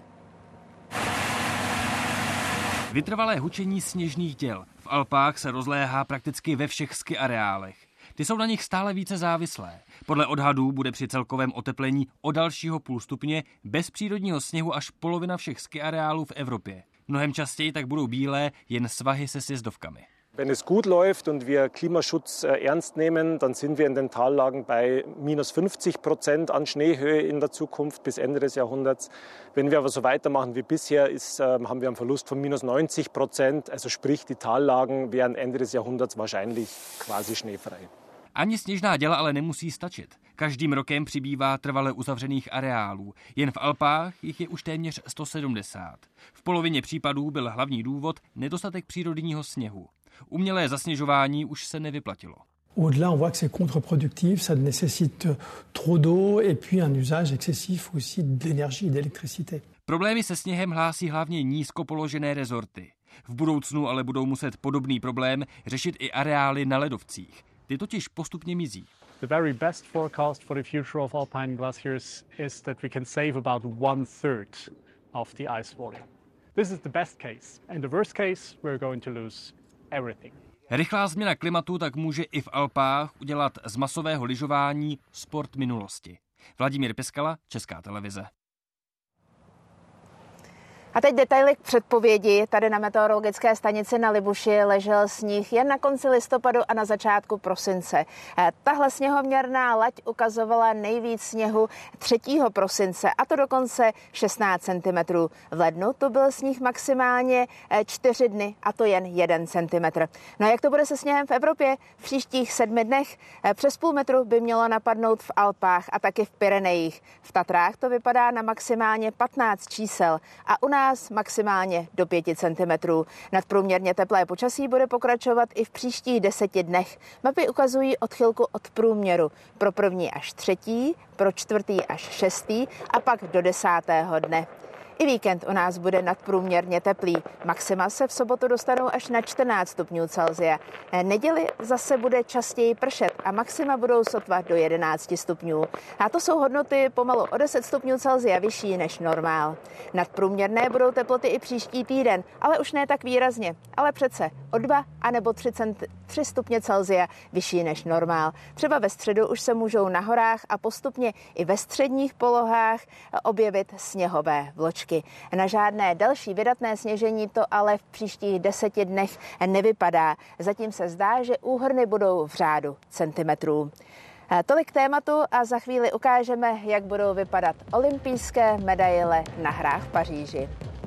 Vytrvalé hučení sněžných děl v Alpách se rozléhá prakticky ve všech skiareálech. Ty jsou na nich stále více závislé. Podle odhadů bude při celkovém oteplení o dalšího půl stupně bez přírodního sněhu až polovina všech skiareálů v Evropě. Mnohem častěji tak budou bílé jen svahy se sjezdovkami. Wenn es gut läuft und wir Klimaschutz ernst nehmen, dann sind wir in den Tallagen bei minus 50% an Schneehöhe in der Zukunft bis Ende des Jahrhunderts. Wenn wir aber so weitermachen wie bisher, haben wir einen Verlust von minus 90%. Also sprich, die Tallagen wären Ende des Jahrhunderts wahrscheinlich quasi schneefrei. Ani sněžná děla ale nemusí stačit. Každým rokem přibývá trvale uzavřených areálů. Jen v Alpách jich je už téměř 170. V polovině případů byl hlavní důvod nedostatek přírodního sněhu. Umělé zasněžování už se nevyplatilo. Au-delà, on voit que c'est contre-productif, ça nécessite trop d'eau et puis un usage excessif aussi d'énergie et d'électricité. Problémy se sněhem hlásí hlavně nízko položené rezorty. V budoucnu ale budou muset podobný problém řešit i areály na ledovcích. Ty totiž postupně mizí. The very best forecast for the future of alpine glaciers is that we can save about 1/3 of the ice volume. This is the best case. And the worst case, we're going to lose everything. Rychlá změna klimatu tak může i v Alpách udělat z masového lyžování sport minulosti. Vladimír Piskala, Česká televize. A teď detaily k předpovědi. Tady na meteorologické stanici na Libuši ležel sníh jen na konci listopadu a na začátku prosince. Tahle sněhoměrná lať ukazovala nejvíc sněhu 3. prosince, a to dokonce 16 cm. V lednu to byl sníh maximálně 4 dny, a to jen 1 cm. No a jak to bude se sněhem v Evropě? V příštích 7 dnech přes půl metru by mělo napadnout v Alpách a taky v Pyrenejích. V Tatrách to vypadá na maximálně 15 čísel a u nás maximálně do 5 cm. Nadprůměrně teplé počasí bude pokračovat i v příštích 10 dnech. Mapy ukazují odchylku od průměru pro 1. až 3., pro 4. až 6. a pak do 10. dne. I víkend u nás bude nadprůměrně teplý. Maxima se v sobotu dostanou až na 14 stupňů Celsia. Neděli zase bude častěji pršet a maxima budou sotva do 11 stupňů. A to jsou hodnoty pomalu o 10 stupňů Celsia vyšší než normál. Nadprůměrné budou teploty i příští týden, ale už ne tak výrazně. Ale přece o 2 anebo 3 stupně Celsia vyšší než normál. Třeba ve středu už se můžou na horách a postupně i ve středních polohách objevit sněhové vločky. Na žádné další vydatné sněžení to ale v příštích 10 dnech nevypadá. Zatím se zdá, že úhrny budou v řádu centimetrů. Tolik tématu a za chvíli ukážeme, jak budou vypadat olympijské medaile na hrách v Paříži.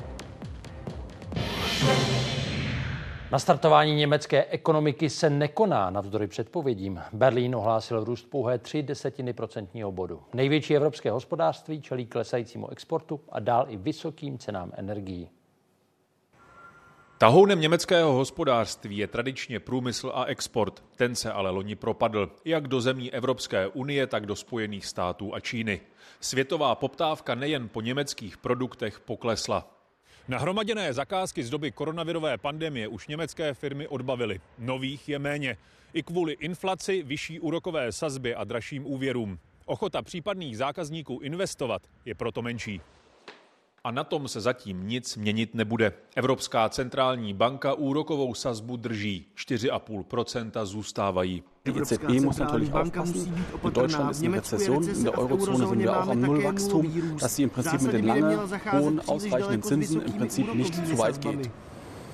Nastartování německé ekonomiky se nekoná navzdory předpovědím. Berlín ohlásil růst pouhé 0,3% bodu. Největší evropské hospodářství čelí klesajícímu exportu a dál i vysokým cenám energií. Tahounem německého hospodářství je tradičně průmysl a export. Ten se ale loni propadl, jak do zemí Evropské unie, tak do Spojených států a Číny. Světová poptávka nejen po německých produktech poklesla. Nahromaděné zakázky z doby koronavirové pandemie už německé firmy odbavily. Nových je méně. I kvůli inflaci, vyšší úrokové sazby a dražším úvěrům. Ochota případných zákazníků investovat je proto menší. A na tom se zatím nic měnit nebude. Evropská centrální banka úrokovou sazbu drží. 4,5% zůstávají. Die EZB muss natürlich aufpassen. In Deutschland ist eine Rezession, in der Eurozone sind wir auch am Nullwachstum, dass sie im Prinzip mit den lange hohen, ausreichenden Zinsen im Prinzip nicht zu weit geht.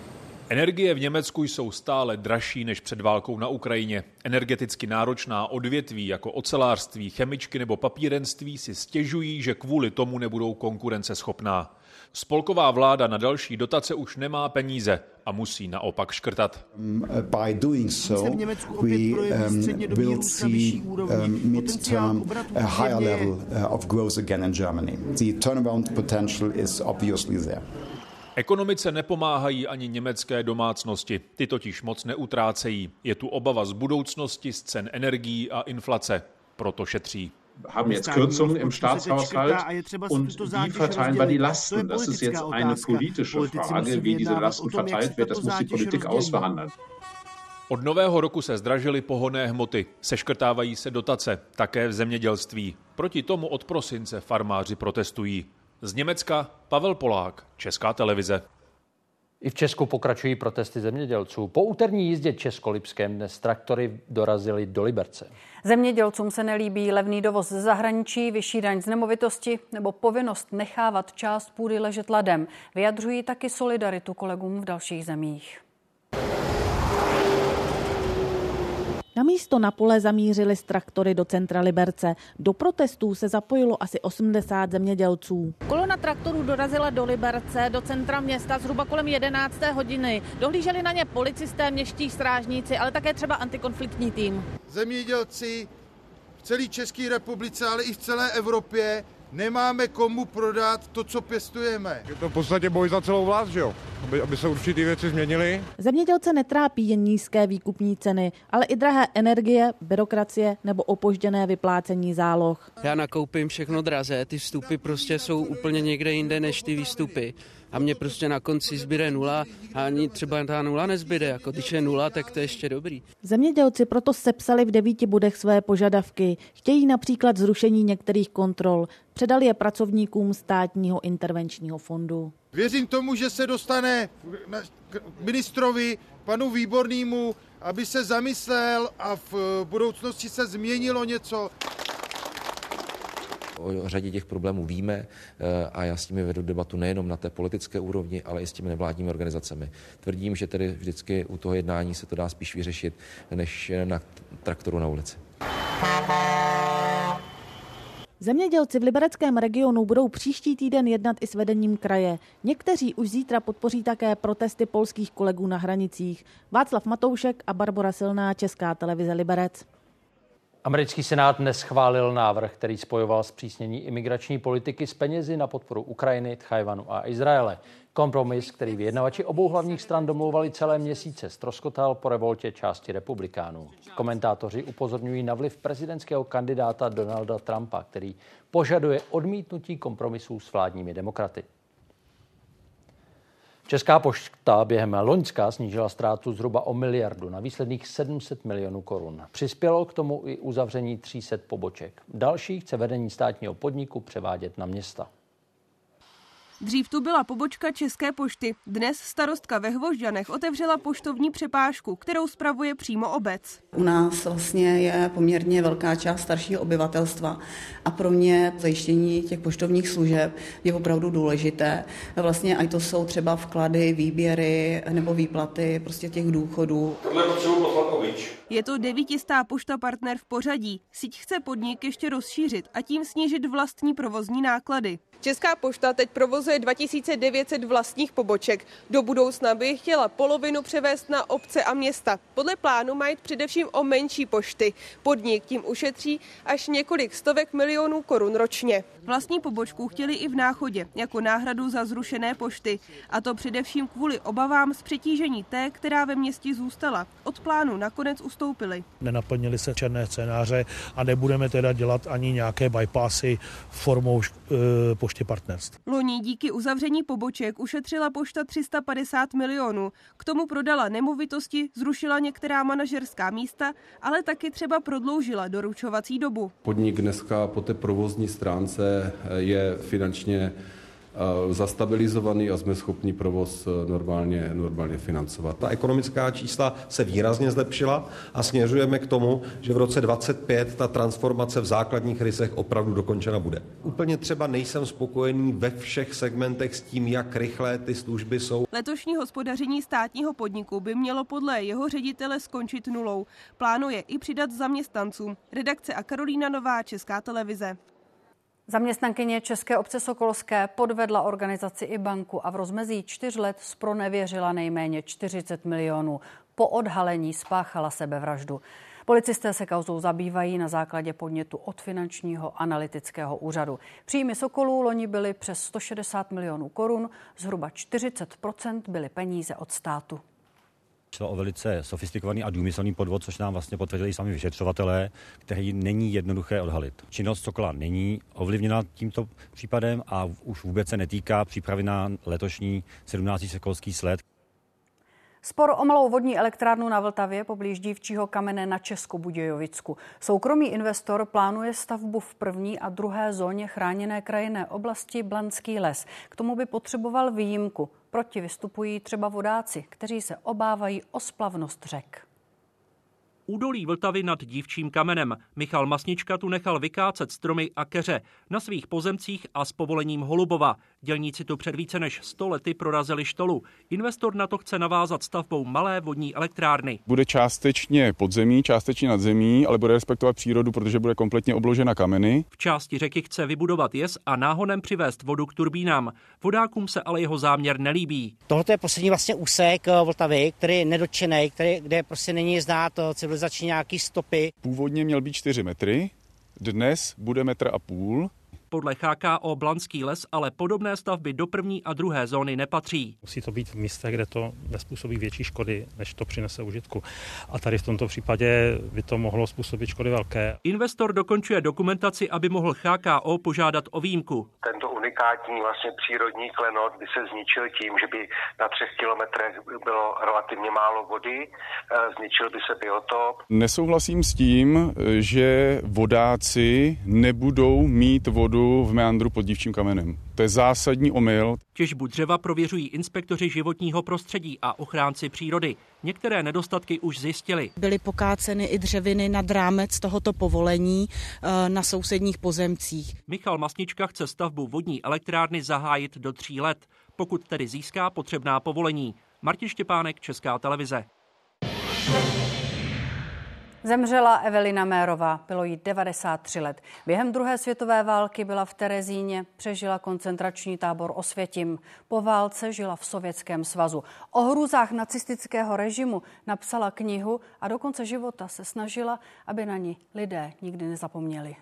Energie v Německu jsou stále dražší než před válkou na Ukrajině. Energeticky náročná odvětví jako ocelářství, chemičky nebo papírenství si stěžují, že kvůli tomu nebudou konkurenceschopná. Spolková vláda na další dotace už nemá peníze a musí naopak škrtat. By doing so, we will see mid-term a higher level of growth again in Germany. The turnaround potential is obviously there. Ekonomice nepomáhají ani německé domácnosti. Ty totiž moc neutrácejí. Je tu obava z budoucnosti, z cen energií a inflace. Proto šetří. Haben jetzt Kürzungen im Staatshaushalt und wie verteilen wir die Lasten? Das ist jetzt eine politische Frage, wie diese Lasten verteilt wird, das muss die Politik ausverhandeln. Od nového roku se zdražily pohonné hmoty, seškrtávají se dotace, také v zemědělství. Proti tomu od prosince farmáři protestují. Z Německa Pavel Polák, Česká televize. I v Česku pokračují protesty zemědělců. Po úterní jízdě Českolipském dnes traktory dorazily do Liberce. Zemědělcům se nelíbí levný dovoz ze zahraničí, vyšší daň z nemovitosti nebo povinnost nechávat část půdy ležet ladem. Vyjadřují taky solidaritu kolegům v dalších zemích. Na místo na pole zamířili z traktory do centra Liberce. Do protestů se zapojilo asi 80 zemědělců. Kolona traktorů dorazila do Liberce, do centra města zhruba kolem 11. hodiny. Dohlíželi na ně policisté, městští strážníci, ale také třeba antikonfliktní tým. Zemědělci v celé České republice, ale i v celé Evropě nemáme komu prodat to, co pěstujeme. Je to v podstatě boj za celou vlast, že jo? Aby se určitý věci změnily. Zemědělce netrápí jen nízké výkupní ceny, ale i drahé energie, byrokracie nebo opožděné vyplácení záloh. Já nakoupím všechno draze, ty vstupy prostě jsou úplně někde jinde než ty výstupy. A mě prostě na konci zbyde nula a ani třeba ta nula nezbyde. Jako když je nula, tak to je ještě dobrý. Zemědělci proto sepsali v 9 bodech své požadavky. Chtějí například zrušení některých kontrol. Předali je pracovníkům státního intervenčního fondu. Věřím tomu, že se dostane k ministrovi, panu Výbornému, aby se zamyslel a v budoucnosti se změnilo něco. O řadě těch problémů víme a já s nimi vedu debatu nejenom na té politické úrovni, ale i s těmi nevládními organizacemi. Tvrdím, že tedy vždycky u toho jednání se to dá spíš vyřešit, než na traktoru na ulici. Zemědělci v libereckém regionu budou příští týden jednat i s vedením kraje. Někteří už zítra podpoří také protesty polských kolegů na hranicích. Václav Matoušek a Barbora Silná, Česká televize Liberec. Americký senát neschválil návrh, který spojoval zpřísnění imigrační politiky s penězi na podporu Ukrajiny, Tchajwanu a Izraele. Kompromis, který vyjednavači obou hlavních stran domlouvali celé měsíce, ztroskotal po revoltě části republikánů. Komentátoři upozorňují na vliv prezidentského kandidáta Donalda Trumpa, který požaduje odmítnutí kompromisů s vládními demokraty. Česká pošta během loňska snížila ztrátu zhruba o miliardu na výsledných 700 milionů korun. Přispělo k tomu i uzavření 300 poboček. Další chce vedení státního podniku převádět na města. Dřív tu byla pobočka České pošty. Dnes starostka ve Hvožďanech otevřela poštovní přepážku, kterou spravuje přímo obec. U nás vlastně je poměrně velká část staršího obyvatelstva a pro mě zajištění těch poštovních služeb je opravdu důležité. Vlastně ať to jsou třeba vklady, výběry nebo výplaty prostě těch důchodů. Je to 900. pošta partner v pořadí. Síť chce podnik ještě rozšířit a tím snížit vlastní provozní náklady. Česká pošta teď provozuje 2900 vlastních poboček. Do budoucna by chtěla polovinu převést na obce a města. Podle plánu mají především o menší pošty. Podnik tím ušetří až několik stovek milionů korun ročně. Vlastní pobočku chtěli i v Náchodě jako náhradu za zrušené pošty. A to především kvůli obavám z přetížení té, která ve městě zůstala. Od plánu nakonec ustoupili. Nenaplnily se černé scénáře a nebudeme teda dělat ani nějaké bypassy formou pošty partnerstv. Loni díky uzavření poboček ušetřila pošta 350 milionů. K tomu prodala nemovitosti, zrušila některá manažerská místa, ale taky třeba prodloužila doručovací dobu. Podnik dneska po té provozní stránce je finančně zastabilizovaný a jsme schopni provoz normálně financovat. Ta ekonomická čísla se výrazně zlepšila a směřujeme k tomu, že v roce 2025 ta transformace v základních rysech opravdu dokončena bude. Úplně třeba nejsem spokojený ve všech segmentech s tím, jak rychlé ty služby jsou. Letošní hospodaření státního podniku by mělo podle jeho ředitele skončit nulou. Plánuje i přidat zaměstnancům. Redakce a Karolína Nová, Česká televize. Zaměstnankyně České obce Sokolské podvedla organizaci i banku a v rozmezí 4 let zpronevěřila nejméně 40 milionů. Po odhalení spáchala sebevraždu. Policisté se kauzou zabývají na základě podnětu od Finančního analytického úřadu. Příjmy Sokolů loni byly přes 160 milionů korun, zhruba 40% byly peníze od státu. Šlo o velice sofistikovaný a důmyslný podvod, což nám vlastně potvrdili sami vyšetřovatelé, který není jednoduché odhalit. Činnost Sokola není ovlivněna tímto případem a už vůbec se netýká přípravy na letošní 17. sokolský sled. Spor o malou vodní elektrárnu na Vltavě poblíž Dívčího kamene na Českobudějovicku. Soukromý investor plánuje stavbu v první a druhé zóně chráněné krajinné oblasti Blanský les. K tomu by potřeboval výjimku. Proti vystupují třeba vodáci, kteří se obávají o splavnost řek. Údolí Vltavy nad Dívčím kamenem. Michal Masnička tu nechal vykácet stromy a keře na svých pozemcích a s povolením Holubova. Dělníci tu před více než 100 lety prorazili štolu. Investor na to chce navázat stavbou malé vodní elektrárny. Bude částečně podzemí, částečně nadzemí, ale bude respektovat přírodu, protože bude kompletně obložena kameny. V části řeky chce vybudovat jez a náhonem přivést vodu k turbínám. Vodákům se ale jeho záměr nelíbí. Tohle je poslední vlastně úsek Vltavy, který je nedotčený, kde prostě není znát civilizační nějaký stopy. Původně měl být 4 metry, dnes bude 1,5 metru. Podle HKO Blanský les ale podobné stavby do první a druhé zóny nepatří. Musí to být v místech, kde to nespůsobí větší škody, než to přinese užitku. A tady v tomto případě by to mohlo způsobit škody velké. Investor dokončuje dokumentaci, aby mohl HKO požádat o výjimku. Tento unikátní vlastně přírodní klenot by se zničil tím, že by na 3 kilometrech bylo relativně málo vody, zničil by se biotop. Nesouhlasím s tím, že vodáci nebudou mít vodu v meandru pod Dívčím kamenem. To je zásadní omyl. Těžbu dřeva prověřují inspektoři životního prostředí a ochránci přírody. Některé nedostatky už zjistili. Byly pokáceny i dřeviny nad rámec tohoto povolení na sousedních pozemcích. Michal Masnička chce stavbu vodní elektrárny zahájit do 3 let, pokud tedy získá potřebná povolení. Martin Štěpánek, Česká televize. Zemřela Evelina Mérová, bylo jí 93 let. Během druhé světové války byla v Terezíně, přežila koncentrační tábor Osvětim. Po válce žila v Sovětském svazu. O hrůzách nacistického režimu napsala knihu a do konce života se snažila, aby na ní lidé nikdy nezapomněli.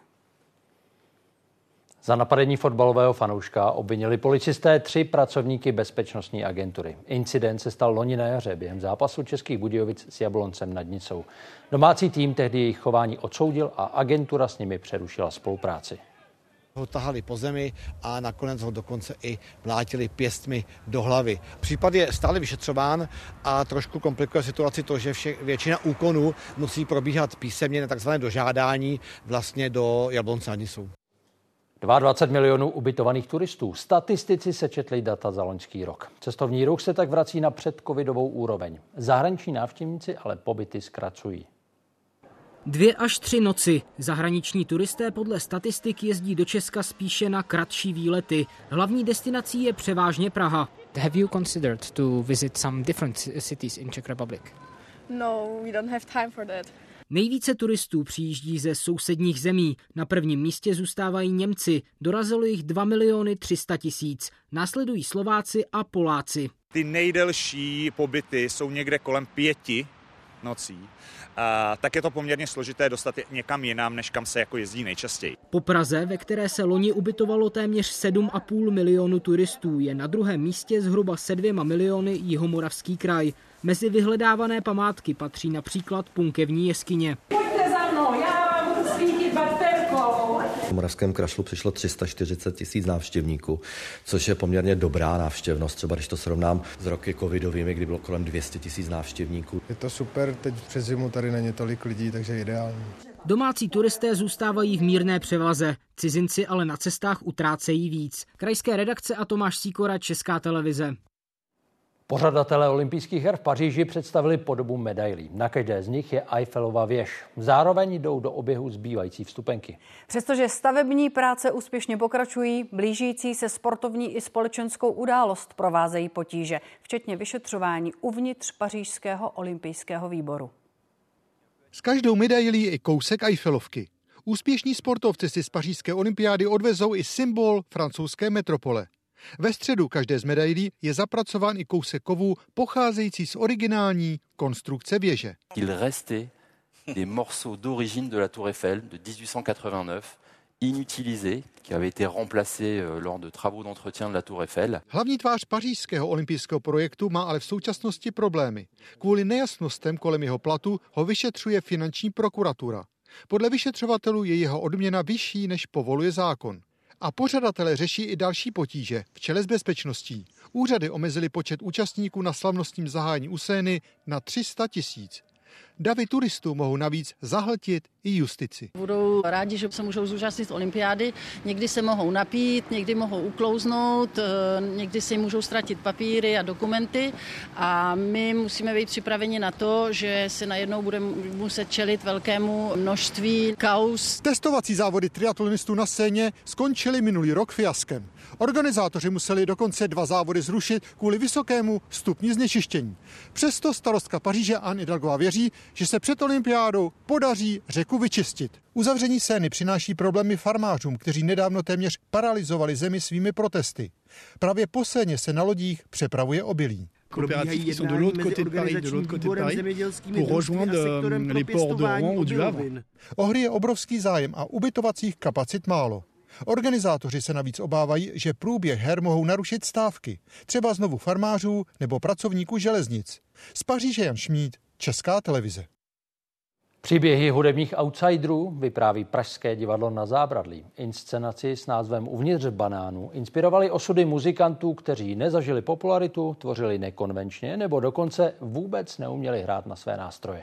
Za napadení fotbalového fanouška obvinili policisté 3 pracovníky bezpečnostní agentury. Incident se stal loni na jaře během zápasu Českých Budějovic s Jabloncem nad Nisou. Domácí tým tehdy jejich chování odsoudil a agentura s nimi přerušila spolupráci. Ho tahali po zemi a nakonec ho dokonce i mlátili pěstmi do hlavy. Případ je stále vyšetřován a trošku komplikuje situaci to, že většina úkonů musí probíhat písemně na takzvané dožádání vlastně do Jablonce nad Nisou. 22 milionů ubytovaných turistů. Statistici sečetli data za loňský rok. Cestovní ruch se tak vrací na předcovidovou úroveň. Zahraniční návštěvníci ale pobyty zkracují. 2 až 3 noci. Zahraniční turisté podle statistik jezdí do Česka spíše na kratší výlety. Hlavní destinací je převážně Praha. Have you considered to visit some different cities in Czech Republic? No, we don't have time for that. Nejvíce turistů přijíždí ze sousedních zemí. Na prvním místě zůstávají Němci. Dorazilo jich 2 300 000. Následují Slováci a Poláci. Ty nejdelší pobyty jsou někde kolem 5 nocí. Tak je to poměrně složité dostat je někam jinam, než kam se jako jezdí nejčastěji. Po Praze, ve které se loni ubytovalo téměř 7,5 milionu turistů, je na druhém místě zhruba se 2 miliony Jihomoravský kraj. Mezi vyhledávané památky patří například Punkevní jeskyně. Pojďte za mnou, já vám budu svítit baterkou. V Moravském Krašlu přišlo 340 000 návštěvníků, což je poměrně dobrá návštěvnost. Třeba když to srovnám s roky covidovými, kdy bylo kolem 200 000 návštěvníků. Je to super, teď přes zimu tady není tolik lidí, takže ideální. Domácí turisté zůstávají v mírné převaze, cizinci ale na cestách utrácejí víc. Krajské redakce a Tomáš Sýkora, Česká televize. Pořadatelé olympijských her v Paříži představili podobu medailí. Na každé z nich je Eiffelova věž. Zároveň jdou do oběhu zbývající vstupenky. Přestože stavební práce úspěšně pokračují, blížící se sportovní i společenskou událost provázejí potíže, včetně vyšetřování uvnitř pařížského olympijského výboru. S každou medailí je i kousek Eiffelovky. Úspěšní sportovci si z pařížské olympiády odvezou i symbol francouzské metropole. Ve středu každé z medailí je zapracován i kousek kovů pocházející z originální konstrukce věže. Il restait des morceaux d'origine de la Tour Eiffel de 1889 inutilisés qui avaient été remplacés lors de travaux d'entretien de la Tour Eiffel. Hlavní tvář pařížského olympijského projektu má ale v současnosti problémy. Kvůli nejasnostem kolem jeho platu ho vyšetřuje finanční prokuratura. Podle vyšetřovatelů je jeho odměna vyšší, než povoluje zákon. A pořadatelé řeší i další potíže v čele s bezpečností. Úřady omezily počet účastníků na slavnostním zahájení u Seiny na 300 000. Davy turistů mohou navíc zahltit i justici. Budou rádi, že se můžou zúčastnit olympiády. Někdy se mohou napít, někdy mohou uklouznout, někdy si můžou ztratit papíry a dokumenty. A my musíme být připraveni na to, že se najednou budeme muset čelit velkému množství kauz. Testovací závody triatlonistů na Seině skončily minulý rok fiaskem. Organizátoři museli dokonce 2 závody zrušit kvůli vysokému stupni znečištění. Přesto starostka Paříže Anne Hidalgová věří, že se před olympiádou podaří řeku vyčistit. Uzavření Seiny přináší problémy farmářům, kteří nedávno téměř paralyzovali zemi svými protesty. Právě po Seině se na lodích přepravuje obilí. Coopératifs qui sont de l'autre côté de Paris, pour rejoindre les ports de Rouen ou du Havre. O hry je obrovský zájem a ubytovacích kapacit málo. Organizátoři se navíc obávají, že průběh her mohou narušit stávky, třeba znovu farmářů nebo pracovníků železnic. Z Paříže Jan Šmíd, Česká televize. Příběhy hudebních outsiderů vypráví Pražské divadlo Na Zábradlí. Inscenaci s názvem Uvnitř banánů inspirovali osudy muzikantů, kteří nezažili popularitu, tvořili nekonvenčně nebo dokonce vůbec neuměli hrát na své nástroje.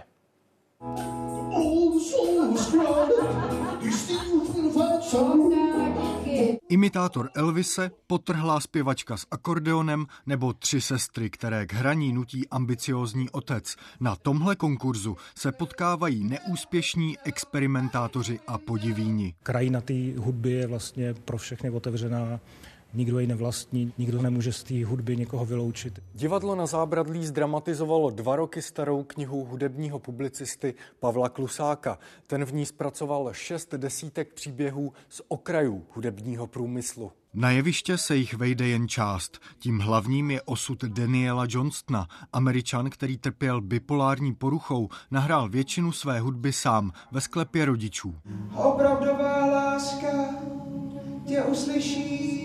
Imitátor Elvise, potrhlá zpěvačka s akordeonem nebo 3 sestry, které k hraní nutí ambiciózní otec. Na tomhle konkurzu se potkávají neúspěšní experimentátoři a podivíni. Krajina té hudby je vlastně pro všechny otevřená. Nikdo ji nevlastní, nikdo nemůže z té hudby někoho vyloučit. Divadlo Na Zábradlí zdramatizovalo 2 roky starou knihu hudebního publicisty Pavla Klusáka. Ten v ní zpracoval 6 desítek příběhů z okrajů hudebního průmyslu. Na jeviště se jich vejde jen část. Tím hlavním je osud Daniela Johnstona. Američan, který trpěl bipolární poruchou, nahrál většinu své hudby sám ve sklepě rodičů. Opravdová láska tě uslyší.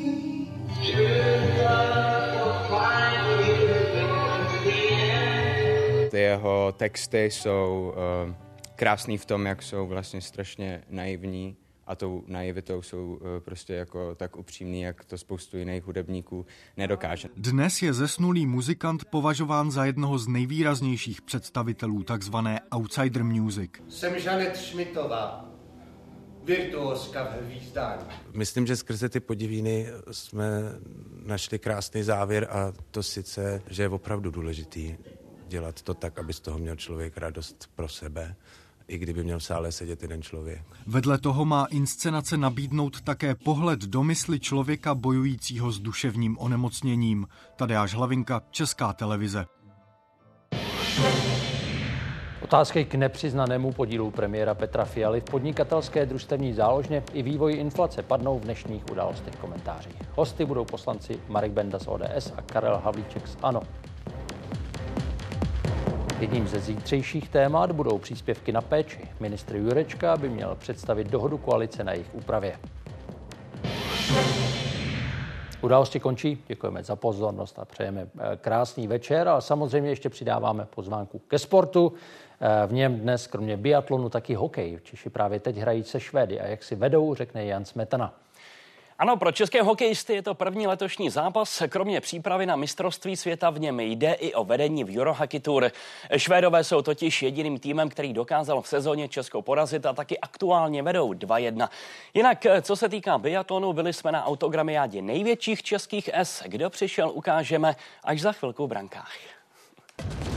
Ty jeho texty jsou krásný v tom, jak jsou vlastně strašně naivní a tou naivitou jsou prostě jako tak upřímný, jak to spoustu jiných hudebníků nedokáže. Dnes je zesnulý muzikant považován za jednoho z nejvýraznějších představitelů takzvané outsider music. Jsem Žanet Šmitová, virtuózka v hvízdání. Myslím, že skrze ty podivíny jsme našli krásný závěr a to sice, že je opravdu důležitý dělat to tak, aby z toho měl člověk radost pro sebe, i kdyby měl v sále sedět jeden člověk. Vedle toho má inscenace nabídnout také pohled do mysli člověka bojujícího s duševním onemocněním. Tadeáš Hlavinka, Česká televize. Otázky k nepřiznanému podílu premiéra Petra Fialy v podnikatelské družstevní záložně i vývoji inflace padnou v dnešních Událostech komentářích. Hosty budou poslanci Marek Benda z ODS a Karel Havlíček z ANO. Jedním ze zítřejších témat budou příspěvky na péči. Ministr Jurečka by měl představit dohodu koalice na jejich úpravě. Události končí, děkujeme za pozornost a přejeme krásný večer a samozřejmě ještě přidáváme pozvánku ke sportu. V něm dnes kromě biatlonu taky hokej. Češi právě teď hrají se Švédy a jak si vedou, řekne Jan Smetana. Ano, pro české hokejisty je to první letošní zápas. Kromě přípravy na mistrovství světa v něm jde i o vedení v Eurohockey Tour. Švédové jsou totiž jediným týmem, který dokázal v sezóně Česko porazit a taky aktuálně vedou 2-1. Jinak, co se týká biatlonu, byli jsme na autogramiádě největších českých S. Kdo přišel, ukážeme až za chvilku v brankách.